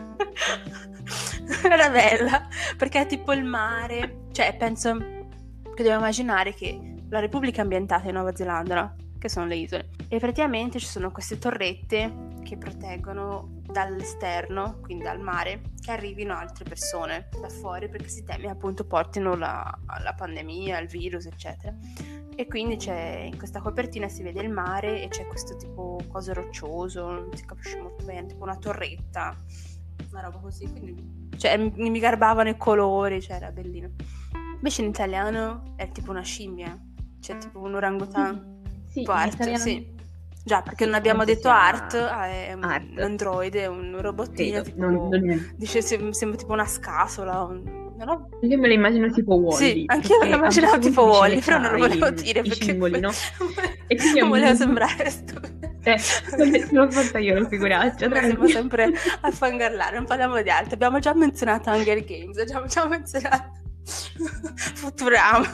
Era bella, perché è tipo il mare, cioè penso che devo immaginare che la Repubblica è ambientata in Nuova Zelanda, no? Che sono le isole, e praticamente ci sono queste torrette che proteggono dall'esterno, quindi dal mare, che arrivino altre persone da fuori, perché si teme appunto portino la pandemia, il virus, eccetera. E quindi in questa copertina si vede il mare e c'è questo tipo coso roccioso, non si capisce molto bene, tipo una torretta, una roba così, quindi cioè mi garbavano i colori, cioè era bellino. Invece in italiano è tipo una scimmia, cioè tipo un orangutan, Sì, tipo in Art, italiano. sì. Già, perché Sì, non abbiamo penso detto sia Art, è un Art, androide, è un robottino, credo. tipo Non è. dice sembra tipo una scatola, no? Io me lo immagino tipo Sì, Wall-E, anch'io me lo perché a un immaginavo certo tipo punto dice Wall-E, che però non c'ha lo volevo dire i perché simboli, no? E quindi non voleva sembrare stupido. l'ho fatta io la figuraccia, Noi siamo tranquillo. sempre a fangallare, non parliamo di altro. Abbiamo già menzionato Hunger Games, abbiamo già menzionato Futurama.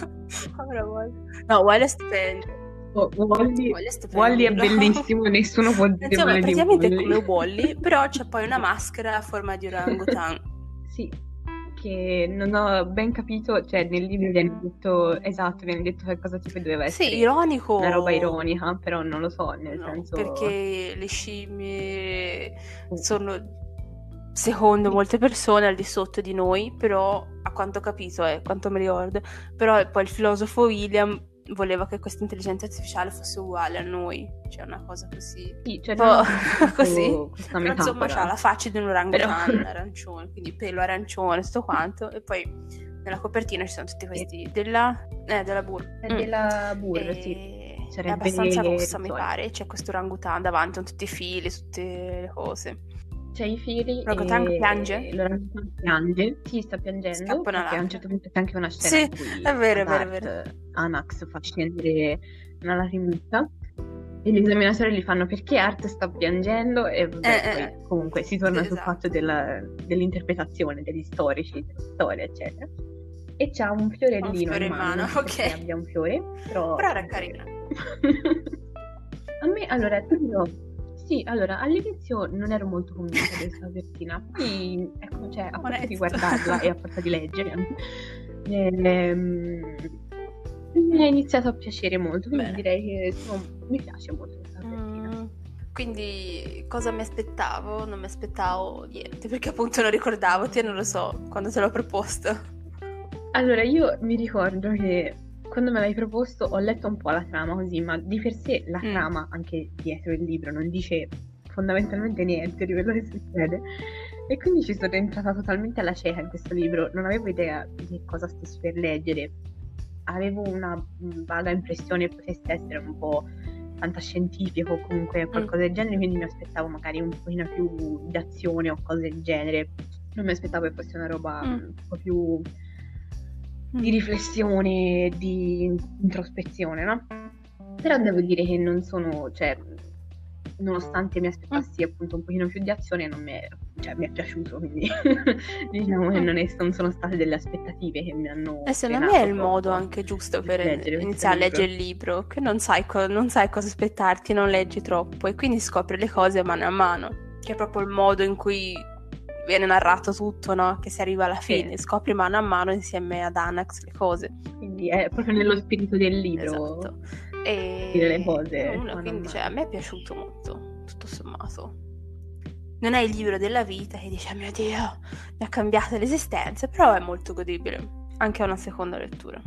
No, Wall è stupendo. Wall-E Wall è stupendo. Wall-E è bellissimo, nessuno può dire Insomma, male di praticamente è Wall-E. come Wall-E, però c'è poi una maschera a forma di orangutan. Sì, che non ho ben capito, cioè nel libro viene detto, esatto, viene detto che cosa tipo doveva Sì, essere ironico. una roba ironica, però non lo so, nel No, senso. perché le scimmie sono, secondo molte persone, al di sotto di noi, però a quanto ho capito, quanto mi ricordo, però poi il filosofo William voleva che questa intelligenza artificiale fosse uguale a noi, cioè una cosa così, Sì, cioè un non po' ho capito così, questa però insomma c'ha metafora. la faccia di un orangutan Però. arancione, quindi pelo arancione, sto quanto, e poi nella copertina ci sono tutti questi della Burr. È della Burr, sì. È Sarebbe abbastanza rossa, mi Rizzoli. pare. C'è questo orangutan davanti con tutti i fili, tutte le cose. C'è i fili L'orangutan e piange? l'orangutan piange. Sì, sta piangendo, Scappa una perché a un lacrima. certo punto c'è anche una scena Sì, in cui è vero, è ad vero, è Art, vero. Anax fa scendere una lacrimetta e gli esaminatori gli fanno perché Art sta piangendo e vabbè, poi comunque si torna sul esatto. fatto dell'interpretazione degli storici, della storia, eccetera. E c'ha un fiorellino fiore in in mano, mano, non so ok. perché abbia un fiore, però era carina. A me, allora, ti dirò, sì, allora, all'inizio non ero molto convinta di questa copertina, poi, ecco, cioè, a forza di Onesto. guardarla e a forza di leggere, mi è iniziato a piacere molto, quindi Bene. direi che mi piace molto questa copertina. Quindi cosa mi aspettavo? Non mi aspettavo niente, perché appunto non ricordavo, te non lo so, quando te l'ho proposto. Allora, io mi ricordo che quando me l'hai proposto ho letto un po' la trama così, ma di per sé la trama, anche dietro il libro, non dice fondamentalmente niente di quello che succede. E quindi ci sono entrata totalmente alla cieca in questo libro, non avevo idea di cosa stessi per leggere. Avevo una vaga impressione che potesse essere un po' fantascientifico o comunque qualcosa del genere, quindi mi aspettavo magari un pochino più di azione o cose del genere. Non mi aspettavo che fosse una roba un po' più di riflessione, di introspezione, no? Però devo dire che non sono, cioè, nonostante mi aspettassi appunto un pochino più di azione, non mi è, cioè, mi è piaciuto, quindi diciamo che non sono state delle aspettative che mi hanno secondo me è il modo anche giusto per iniziare a leggere il libro, che non sai cosa aspettarti, non leggi troppo e quindi scopri le cose mano a mano, che è proprio il modo in cui viene narrato tutto, no? Che si arriva alla fine, scopri mano a mano insieme ad Anax le cose. Quindi è proprio nello spirito del libro. Esatto. E dire le cose. quindi a me è piaciuto molto, tutto sommato. Non è il libro della vita che dice, mio Dio, mi ha cambiato l'esistenza, però è molto godibile, anche a una seconda lettura.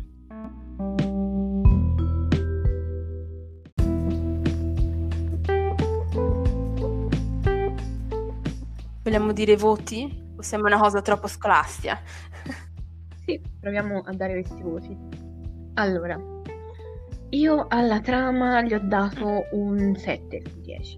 Vogliamo dire voti? O sembra una cosa troppo scolastica? Sì, proviamo a dare questi voti. Allora, Io alla trama gli ho dato un 7 su 10,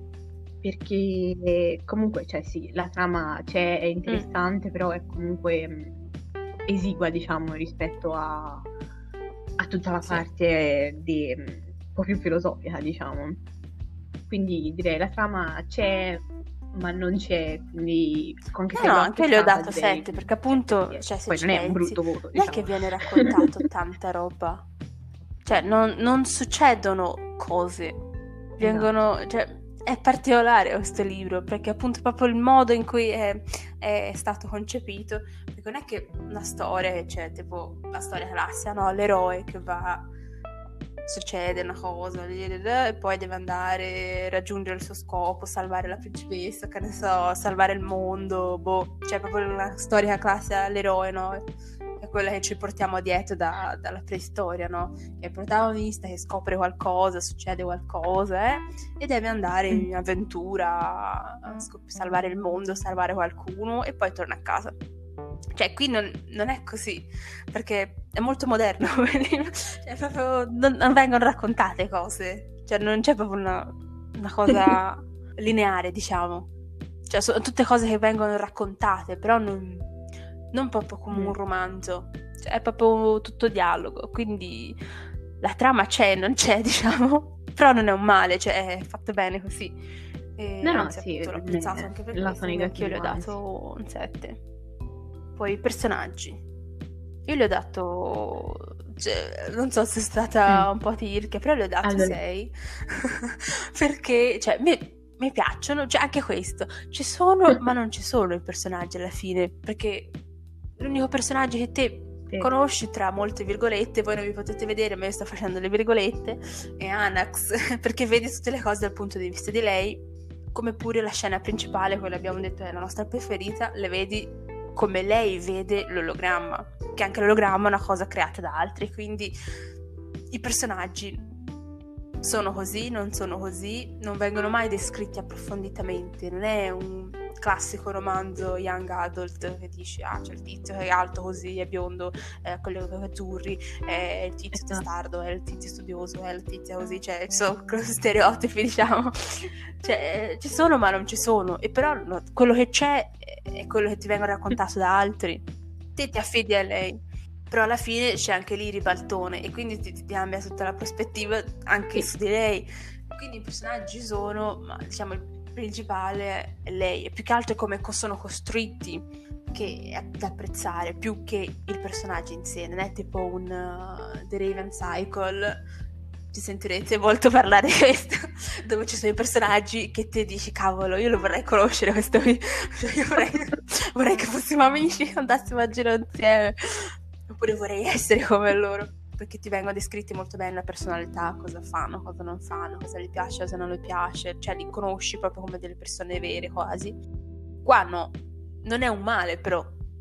perché comunque, cioè sì, la trama c'è, è interessante, però è comunque esigua, diciamo, rispetto a tutta la Sì. parte un po' più filosofica, diciamo. Quindi direi la trama c'è, ma non c'è, quindi anche se No, l'ho anche io gli ho apprezzata, dato direi 7, perché 7 su appunto, 10. cioè, se Poi ci non è un pensi, brutto voto, non è che diciamo. viene raccontato tanta roba. Cioè, non succedono cose. Esatto. Cioè, è particolare questo libro, perché appunto proprio il modo in cui è stato concepito, perché non è che una storia, cioè, tipo la storia classica, no? L'eroe che va, succede una cosa, e poi deve andare, raggiungere il suo scopo, salvare la principessa, che ne so, salvare il mondo, boh, cioè proprio una storia classica, l'eroe, no? È quella che ci portiamo dietro dalla preistoria, no? Che è il protagonista che scopre qualcosa, succede qualcosa, e deve andare in avventura, salvare il mondo, salvare qualcuno e poi torna a casa. Cioè, qui non è così, perché è molto moderno, cioè, proprio non vengono raccontate cose, cioè non c'è proprio una cosa lineare, diciamo. Cioè, sono tutte cose che vengono raccontate, però non proprio come un romanzo, cioè, è proprio tutto dialogo, quindi la trama c'è, non c'è, diciamo, però non è un male, cioè è fatto bene così. E No, anzi, sì, appunto, l'ho apprezzato anche per lato questo, quindi anch'io gli ho negativo, dato un 7. Poi i personaggi. Io gli ho dato, cioè, non so se è stata un po' tirchia, però gli ho dato allora, 6 perché, cioè, mi piacciono, cioè anche questo, ci sono ma non ci sono i personaggi alla fine, perché l'unico personaggio che te conosci tra molte virgolette, voi non vi potete vedere ma io sto facendo le virgolette, è Anax, perché vedi tutte le cose dal punto di vista di lei, come pure la scena principale, quella abbiamo detto è la nostra preferita, le vedi come lei vede l'ologramma, che anche l'ologramma è una cosa creata da altri, quindi i personaggi sono così, non sono così, non vengono mai descritti approfonditamente, non è un classico romanzo young adult che dici c'è il tizio che è alto così, è biondo, con gli occhi azzurri, è il tizio testardo, è il tizio studioso, è il tizio così, cioè ci sono stereotipi, diciamo, cioè ci sono ma non ci sono, e però no, quello che c'è è quello che ti vengono raccontato da altri, te ti affidi a lei. Però alla fine c'è anche lì il ribaltone e quindi ti cambia tutta la prospettiva anche su di lei. Quindi i personaggi sono, ma diciamo il principale è lei, e più che altro è come sono costruiti che è da apprezzare, più che il personaggio in sé. Non è tipo un The Raven Cycle, ci sentirete molto parlare di questo, dove ci sono i personaggi che te dici cavolo, io lo vorrei conoscere questo qui, io vorrei che fossimo amici, andassimo a giro insieme, oppure vorrei essere come loro, perché ti vengono descritti molto bene la personalità, cosa fanno, cosa non fanno, cosa gli piace, cosa non gli piace, cioè li conosci proprio come delle persone vere quasi. Qua no, non è un male però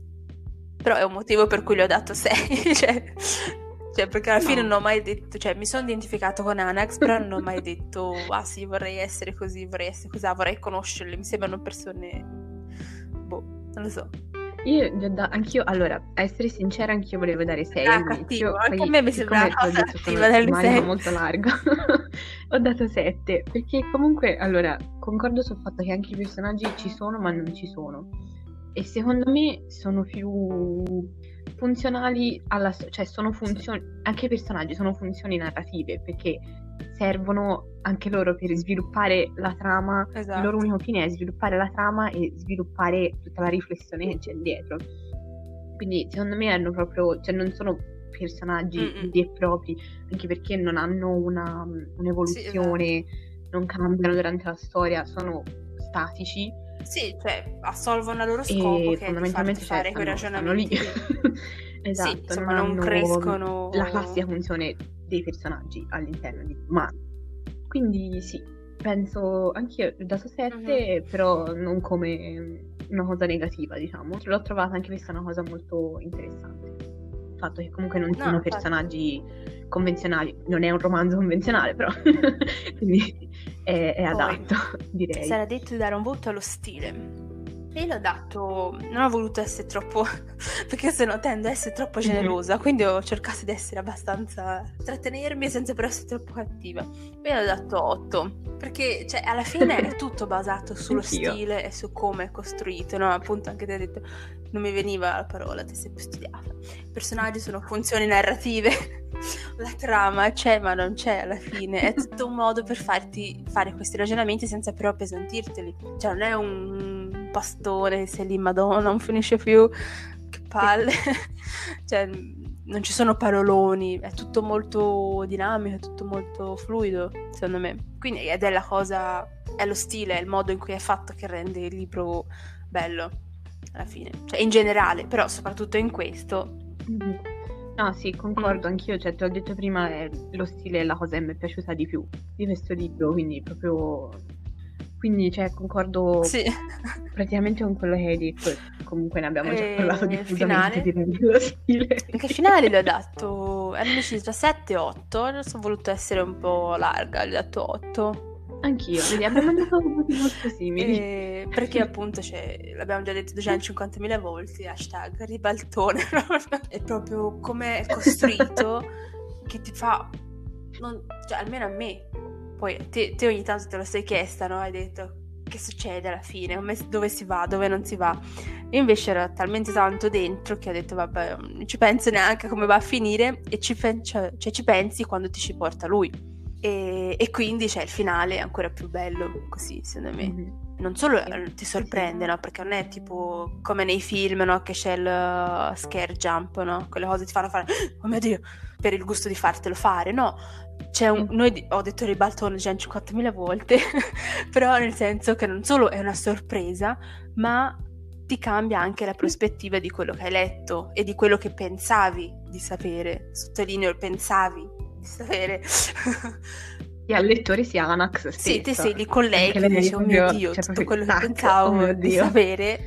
è un motivo per cui gli ho dato 6, cioè perché alla fine non ho mai detto, cioè mi sono identificato con Anax, però non ho mai detto sì, vorrei essere così, vorrei essere così, vorrei conoscerle, mi sembrano persone non lo so. Io gli ho dato, anch'io, allora, a essere sincera, anch'io volevo dare 6 all'inizio, anche poi a me mi sembra siccome ti ho detto sono un'anima molto larga, ho dato 7, perché comunque, allora, concordo sul fatto che anche i personaggi ci sono ma non ci sono, e secondo me sono più funzionali cioè sono funzioni, anche i personaggi sono funzioni narrative, perché servono anche loro per sviluppare la trama, esatto. Il loro unico fine è sviluppare la trama e sviluppare tutta la riflessione che c'è dietro. Quindi secondo me hanno proprio, cioè non sono personaggi veri e propri, anche perché non hanno un'evoluzione, sì, esatto. Non cambiano durante la storia, sono statici. Sì, cioè assolvono il loro scopo, che fondamentalmente è di fare quei ragionamenti. Esatto, sì, insomma, non crescono la classica funzione dei personaggi all'interno di romanzi. Quindi sì, penso anch'io ho dato 7, però non come una cosa negativa, diciamo. L'ho trovata anche questa una cosa molto interessante. Il fatto che comunque non siano personaggi convenzionali, non è un romanzo convenzionale, però quindi è adatto, direi. Sarà detto di dare un voto allo stile. E l'ho dato, non ho voluto essere troppo, perché se no tendo a essere troppo generosa, quindi ho cercato di essere abbastanza, trattenermi senza però essere troppo cattiva. E l'ho dato 8, perché cioè, alla fine è tutto basato sullo Anch'io. stile e su come è costruito, no? Appunto anche te hai detto, non mi veniva la parola, ti sei più studiata. I personaggi sono funzioni narrative, la trama c'è ma non c'è alla fine, è tutto un modo per farti fare questi ragionamenti senza però appesantirteli, cioè non è un pastore che sei lì, madonna, non finisce più, che palle, cioè non ci sono paroloni, è tutto molto dinamico, è tutto molto fluido, secondo me, quindi ed è la cosa, è lo stile, è il modo in cui è fatto che rende il libro bello alla fine, cioè in generale, però soprattutto in questo. No, sì, concordo, anch'io, cioè, te l'ho detto prima, lo stile è la cosa che mi è piaciuta di più di questo libro, quindi proprio... Quindi, cioè, concordo Sì. praticamente con quello che hai detto, e comunque ne abbiamo già parlato Nel diffusamente finale, dello stile. anche il finale gli ho dato, ero indecisa tra 7 e 8, adesso ho voluto essere un po' larga, gli ho dato 8. Anch'io, vedi, abbiamo dato voti molto simili. Perché appunto l'abbiamo già detto 250.000 volte, hashtag ribaltone, è proprio come è costruito che ti fa, cioè almeno a me, poi te ogni tanto te lo sei chiesta, no? Hai detto che succede alla fine, dove si va, dove non si va. Io invece ero talmente tanto dentro che ho detto vabbè, non ci penso neanche come va a finire e ci pensi quando ti ci porta lui. E quindi il finale è ancora più bello così, secondo me. Non solo ti sorprende, no? Perché non è tipo come nei film, no? Che c'è il scare jump, no? Quelle cose ti fanno fare, oh mio Dio, per il gusto di fartelo fare, no? Ho detto ribaltone già 50.000 volte, però nel senso che non solo è una sorpresa, ma ti cambia anche la prospettiva di quello che hai letto e di quello che pensavi di sapere. Sottolineo il pensavi di sapere. E al lettore sia Anax stessa. Sì, te sei lì con lei che dice, oh mio Dio, tutto quello che pensavo di sapere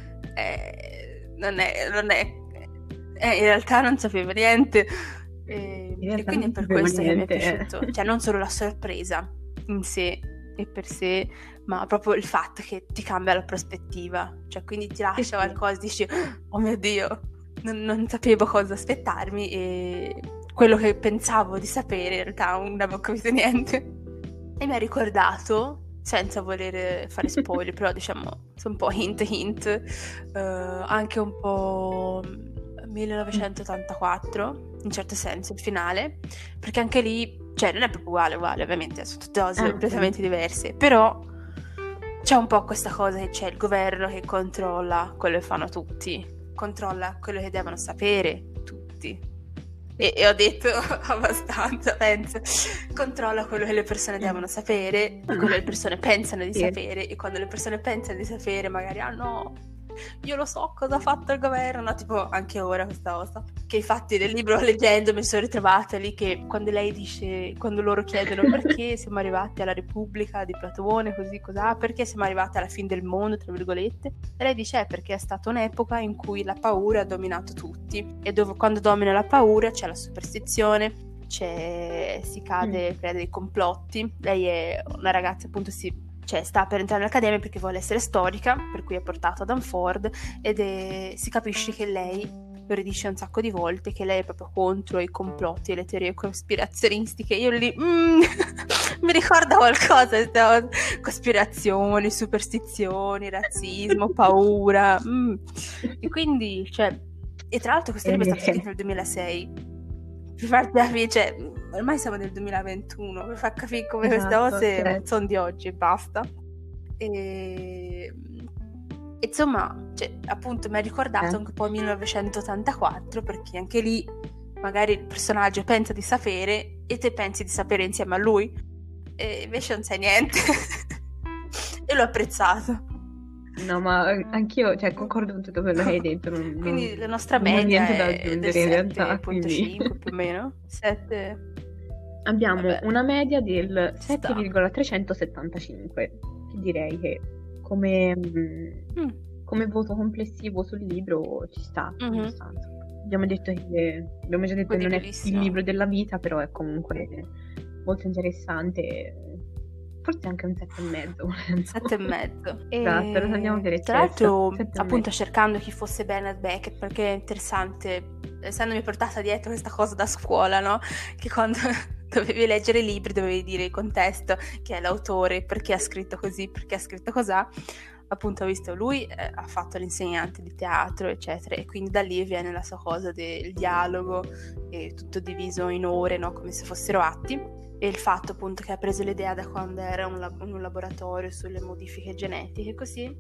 non è in realtà non sapevo niente. E quindi è per questo che mi è piaciuto, cioè non solo la sorpresa in sé e per sé, ma proprio il fatto che ti cambia la prospettiva, cioè quindi ti lascia qualcosa, dici oh mio Dio, non sapevo cosa aspettarmi e quello che pensavo di sapere in realtà non avevo capito niente. E mi ha ricordato, senza voler fare spoiler, però diciamo sono un po' hint, anche un po' 1984 in certo senso il finale, perché anche lì cioè non è proprio uguale ovviamente, sono tutte cose completamente diverse, però c'è un po' questa cosa che c'è il governo che controlla quello che fanno tutti, controlla quello che devono sapere tutti. E ho detto abbastanza, penso, controlla quello che le persone devono sapere, quello che le persone pensano di sapere, e quando le persone pensano di sapere magari no, io lo so cosa ha fatto il governo, no? Tipo anche ora questa cosa, che infatti nel libro leggendo mi sono ritrovata lì che quando lei dice, quando loro chiedono perché siamo arrivati alla Repubblica di Platone, così cos'ha, perché siamo arrivati alla fine del mondo, tra virgolette, e lei dice perché è stata un'epoca in cui la paura ha dominato tutti, e dove quando domina la paura c'è la superstizione, si cade per dei complotti. Lei è una ragazza appunto sta per entrare nell'accademia perché vuole essere storica, per cui è portata da Danford, si capisce che lei lo ridice un sacco di volte, che lei è proprio contro i complotti e le teorie cospirazionistiche. Io lì mi ricorda qualcosa, cospirazioni, superstizioni, razzismo, paura, e quindi e tra l'altro questo libro è stato scritto nel 2006, per farti capire, cioè ormai siamo nel 2021, per far capire come queste cose non sono di oggi e basta. E insomma, appunto mi ha ricordato anche un po' 1984, perché anche lì magari il personaggio pensa di sapere e te pensi di sapere insieme a lui e invece non sai niente. E l'ho apprezzato. No, ma anch'io, concordo con tutto quello che hai detto. Quindi la nostra media è del 7.5 più o meno. 7. Abbiamo una media del 7,375. Direi che come voto complessivo sul libro ci sta. Abbiamo detto che non è il libro della vita, però è comunque molto interessante. forse anche un 7,5 volendo. 7,5. Esatto, lo togliamo per Tra l'altro, 7,5. appunto, cercando chi fosse Bernard Beckett, perché è interessante, essendomi portata dietro questa cosa da scuola, no? Che quando dovevi leggere i libri dovevi dire il contesto, chi è l'autore, perché ha scritto così, perché ha scritto cos'ha. Appunto, ho visto lui ha fatto l'insegnante di teatro, eccetera, e quindi da lì viene la sua cosa del dialogo, e tutto diviso in ore, no? Come se fossero atti. E il fatto appunto che ha preso l'idea da quando era un laboratorio sulle modifiche genetiche, così.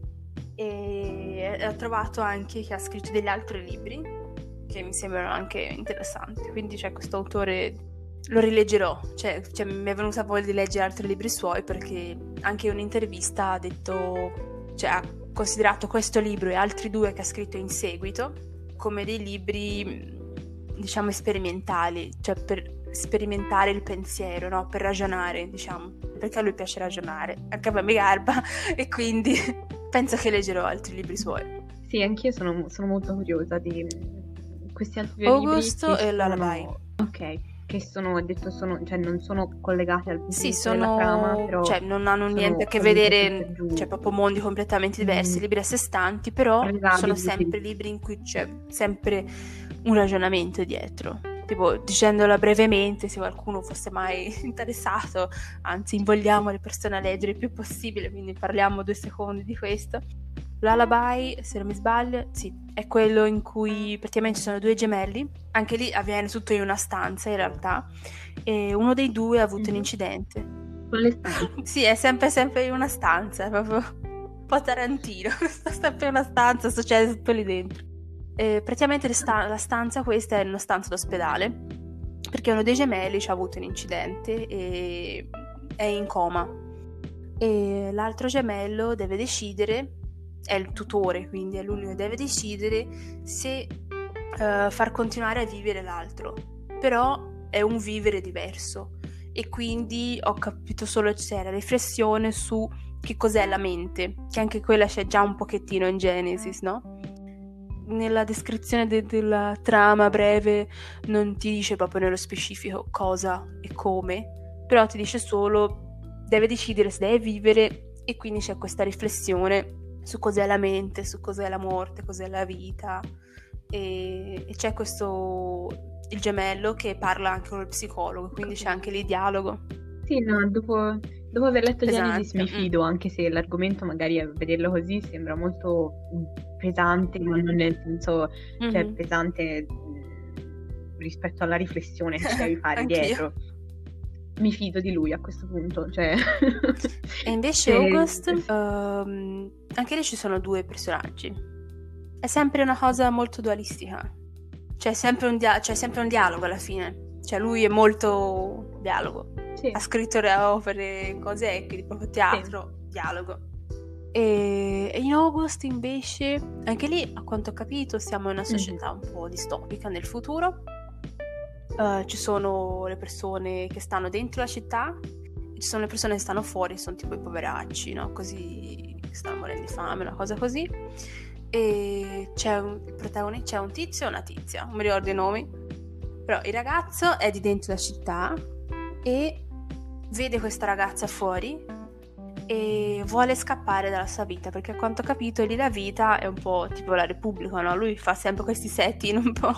E ho trovato anche che ha scritto degli altri libri che mi sembrano anche interessanti. Quindi c'è questo autore, lo rileggerò, cioè mi è venuta voglia di leggere altri libri suoi, perché anche in un'intervista ha detto, cioè ha considerato questo libro e altri 2 che ha scritto in seguito come dei libri, diciamo, sperimentali, cioè per sperimentare il pensiero, no? Per ragionare, diciamo, perché a lui piace ragionare, anche a me garba, e quindi penso che leggerò altri libri suoi. Sì, anch'io sono molto curiosa di questi altri August libri e Lullaby. Ok, che sono, detto, cioè non sono collegati al punto di Sì, vista della trama, però cioè non hanno sono niente a che comunque vedere, tutti e due. cioè proprio mondi completamente diversi, libri a sé stanti, però sono Realizzabili, sempre sì. libri in cui c'è sempre un ragionamento dietro. Tipo, dicendolo brevemente, se qualcuno fosse mai interessato, anzi invogliamo le persone a leggere il più possibile, quindi parliamo 2 secondi di questo. Lullaby, se non mi sbaglio, sì, è quello in cui praticamente ci sono 2 gemelli, anche lì avviene tutto in una stanza in realtà, e uno dei 2 ha avuto un incidente. Con le stanze. Sì, è sempre in una stanza, è proprio un po' Tarantino, sta sempre in una stanza, succede tutto lì dentro. Praticamente la stanza questa è una stanza d'ospedale, perché uno dei gemelli ci ha avuto un incidente e è in coma, e l'altro gemello deve decidere, è il tutore, quindi è l'unico che deve decidere se far continuare a vivere l'altro, però è un vivere diverso, e quindi ho capito solo c'è la riflessione su che cos'è la mente, che anche quella c'è già un pochettino in Genesis, no? Nella descrizione della trama breve non ti dice proprio nello specifico cosa e come, però ti dice solo deve decidere se deve vivere, e quindi c'è questa riflessione su cos'è la mente, su cos'è la morte, cos'è la vita, e c'è questo il gemello che parla anche con il psicologo, quindi c'è anche lì dialogo. Sì, no, dopo aver letto Genesis mi Pesante. fido, anche se l'argomento magari a vederlo così sembra molto pesante, ma non nel senso, cioè pesante rispetto alla riflessione che ci devi fare Anch'io. dietro. Mi fido di lui a questo punto, cioè. E invece August, anche lì ci sono 2 personaggi. È sempre una cosa molto dualistica. C'è sempre un dialogo alla fine. Cioè lui è molto dialogo. Sì. Ha scritto le opere, cose, quindi proprio teatro, dialogo. E in August invece, anche lì, a quanto ho capito, siamo in una società un po' distopica nel futuro. Ci sono le persone che stanno dentro la città, e ci sono le persone che stanno fuori, sono tipo i poveracci, no? Così, che stanno morendo di fame, una cosa così. E c'è un tizio e una tizia, non mi ricordo i nomi, però il ragazzo è di dentro la città e vede questa ragazza fuori e vuole scappare dalla sua vita, perché a quanto ho capito lì la vita è un po' tipo la Repubblica, no? Lui fa sempre questi setting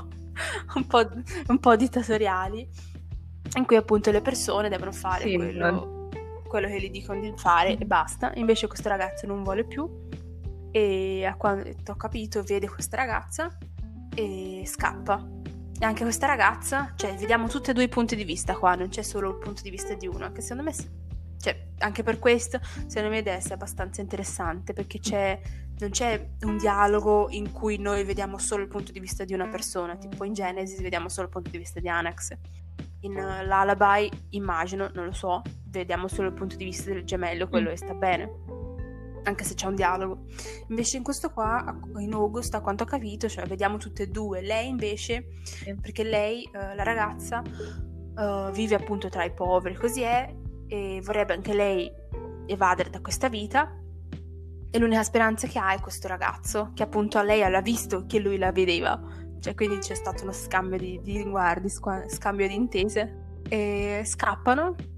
un po' dittatoriali, in cui appunto le persone devono fare quello che gli dicono di fare e basta. Invece questo ragazzo non vuole più, e a quanto ho capito vede questa ragazza e scappa. E anche questa ragazza, cioè vediamo tutti e 2 i punti di vista qua, non c'è solo il punto di vista di uno, che secondo me, cioè anche per questo secondo me deve essere abbastanza interessante, perché non c'è un dialogo in cui noi vediamo solo il punto di vista di una persona, tipo in Genesis vediamo solo il punto di vista di Anax, in Lullaby immagino, non lo so, vediamo solo il punto di vista del gemello, quello che sta bene, anche se c'è un dialogo. Invece in questo qua, in August, a quanto ho capito, cioè vediamo tutte e 2. Lei invece, perché lei, la ragazza, vive appunto tra i poveri, così è, e vorrebbe anche lei evadere da questa vita, e l'unica speranza che ha è questo ragazzo, che appunto a lei l'ha visto che lui la vedeva, cioè quindi c'è stato uno scambio di linguaggi, scambio di intese, e scappano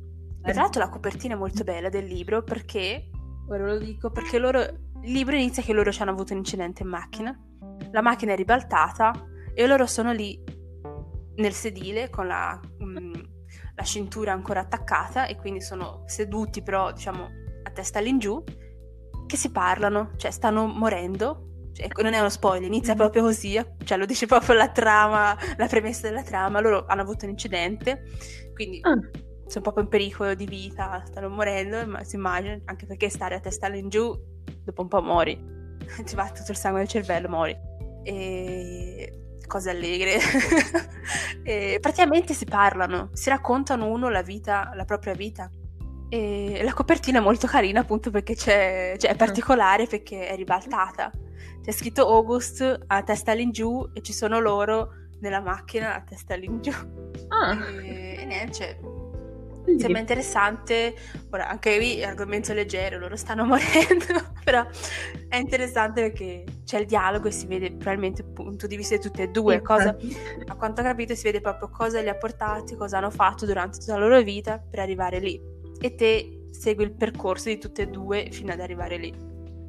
E tra l'altro la copertina è molto bella del libro perché, ora lo dico, perché loro, il libro inizia che loro ci hanno avuto un incidente in macchina, la macchina è ribaltata e loro sono lì nel sedile con la cintura ancora attaccata e quindi sono seduti però diciamo a testa all'ingiù, che si parlano, cioè stanno morendo, cioè, non è uno spoiler, inizia proprio così, cioè lo dice proprio la trama, la premessa della trama, loro hanno avuto un incidente, quindi sono proprio in pericolo di vita, stanno morendo, ma si immagina, anche perché stare a testa all'ingiù dopo un po' muori, ti va tutto il sangue nel cervello, muori. E cose allegre. E praticamente si parlano, si raccontano uno la vita, la propria vita. E la copertina è molto carina appunto perché è particolare perché è ribaltata. C'è scritto August a testa all'ingiù e ci sono loro nella macchina a testa all'ingiù. E niente, sembra interessante. Ora anche qui è argomento leggero, loro stanno morendo, però è interessante perché c'è il dialogo e si vede probabilmente il punto di vista di tutte e due, cosa, a quanto ho capito si vede proprio cosa li ha portati, cosa hanno fatto durante tutta la loro vita per arrivare lì e te segui il percorso di tutte e due fino ad arrivare lì.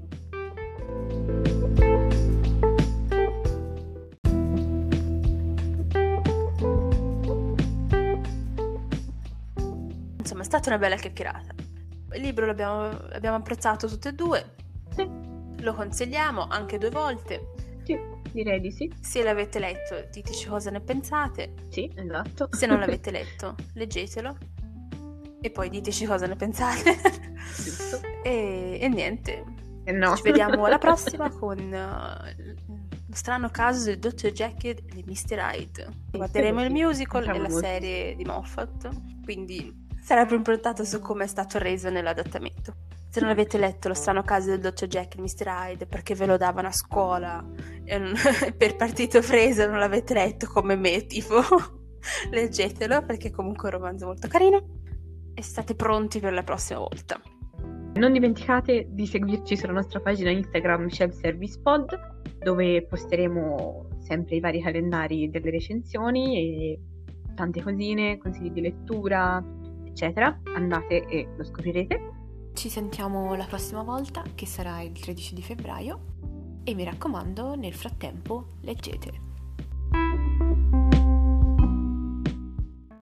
Insomma, è stata una bella chiacchierata. Il libro l'abbiamo apprezzato tutte e due. Sì. Lo consigliamo anche 2 volte. Sì, direi di sì. Se l'avete letto, diteci cosa ne pensate. Sì, esatto. Se non l'avete letto, leggetelo. E poi diteci cosa ne pensate. Giusto. E niente. No. Ci vediamo alla prossima con lo strano caso del Dr. Jekyll e Mr. Hyde. Guarderemo il musical e la serie di Moffat. Quindi sarà più improntato su come è stato reso nell'adattamento. Se non avete letto Lo strano caso del Dr. Jekyll e Mr. Hyde perché ve lo davano a scuola e per partito preso non l'avete letto come me, tipo, leggetelo perché comunque è un romanzo molto carino e state pronti per la prossima volta. Non dimenticate di seguirci sulla nostra pagina Instagram Shelf Service Pod, dove posteremo sempre i vari calendari delle recensioni e tante cosine, consigli di lettura, eccetera. Andate e lo scoprirete. Ci sentiamo la prossima volta, che sarà il 13 di febbraio, e mi raccomando, nel frattempo leggete.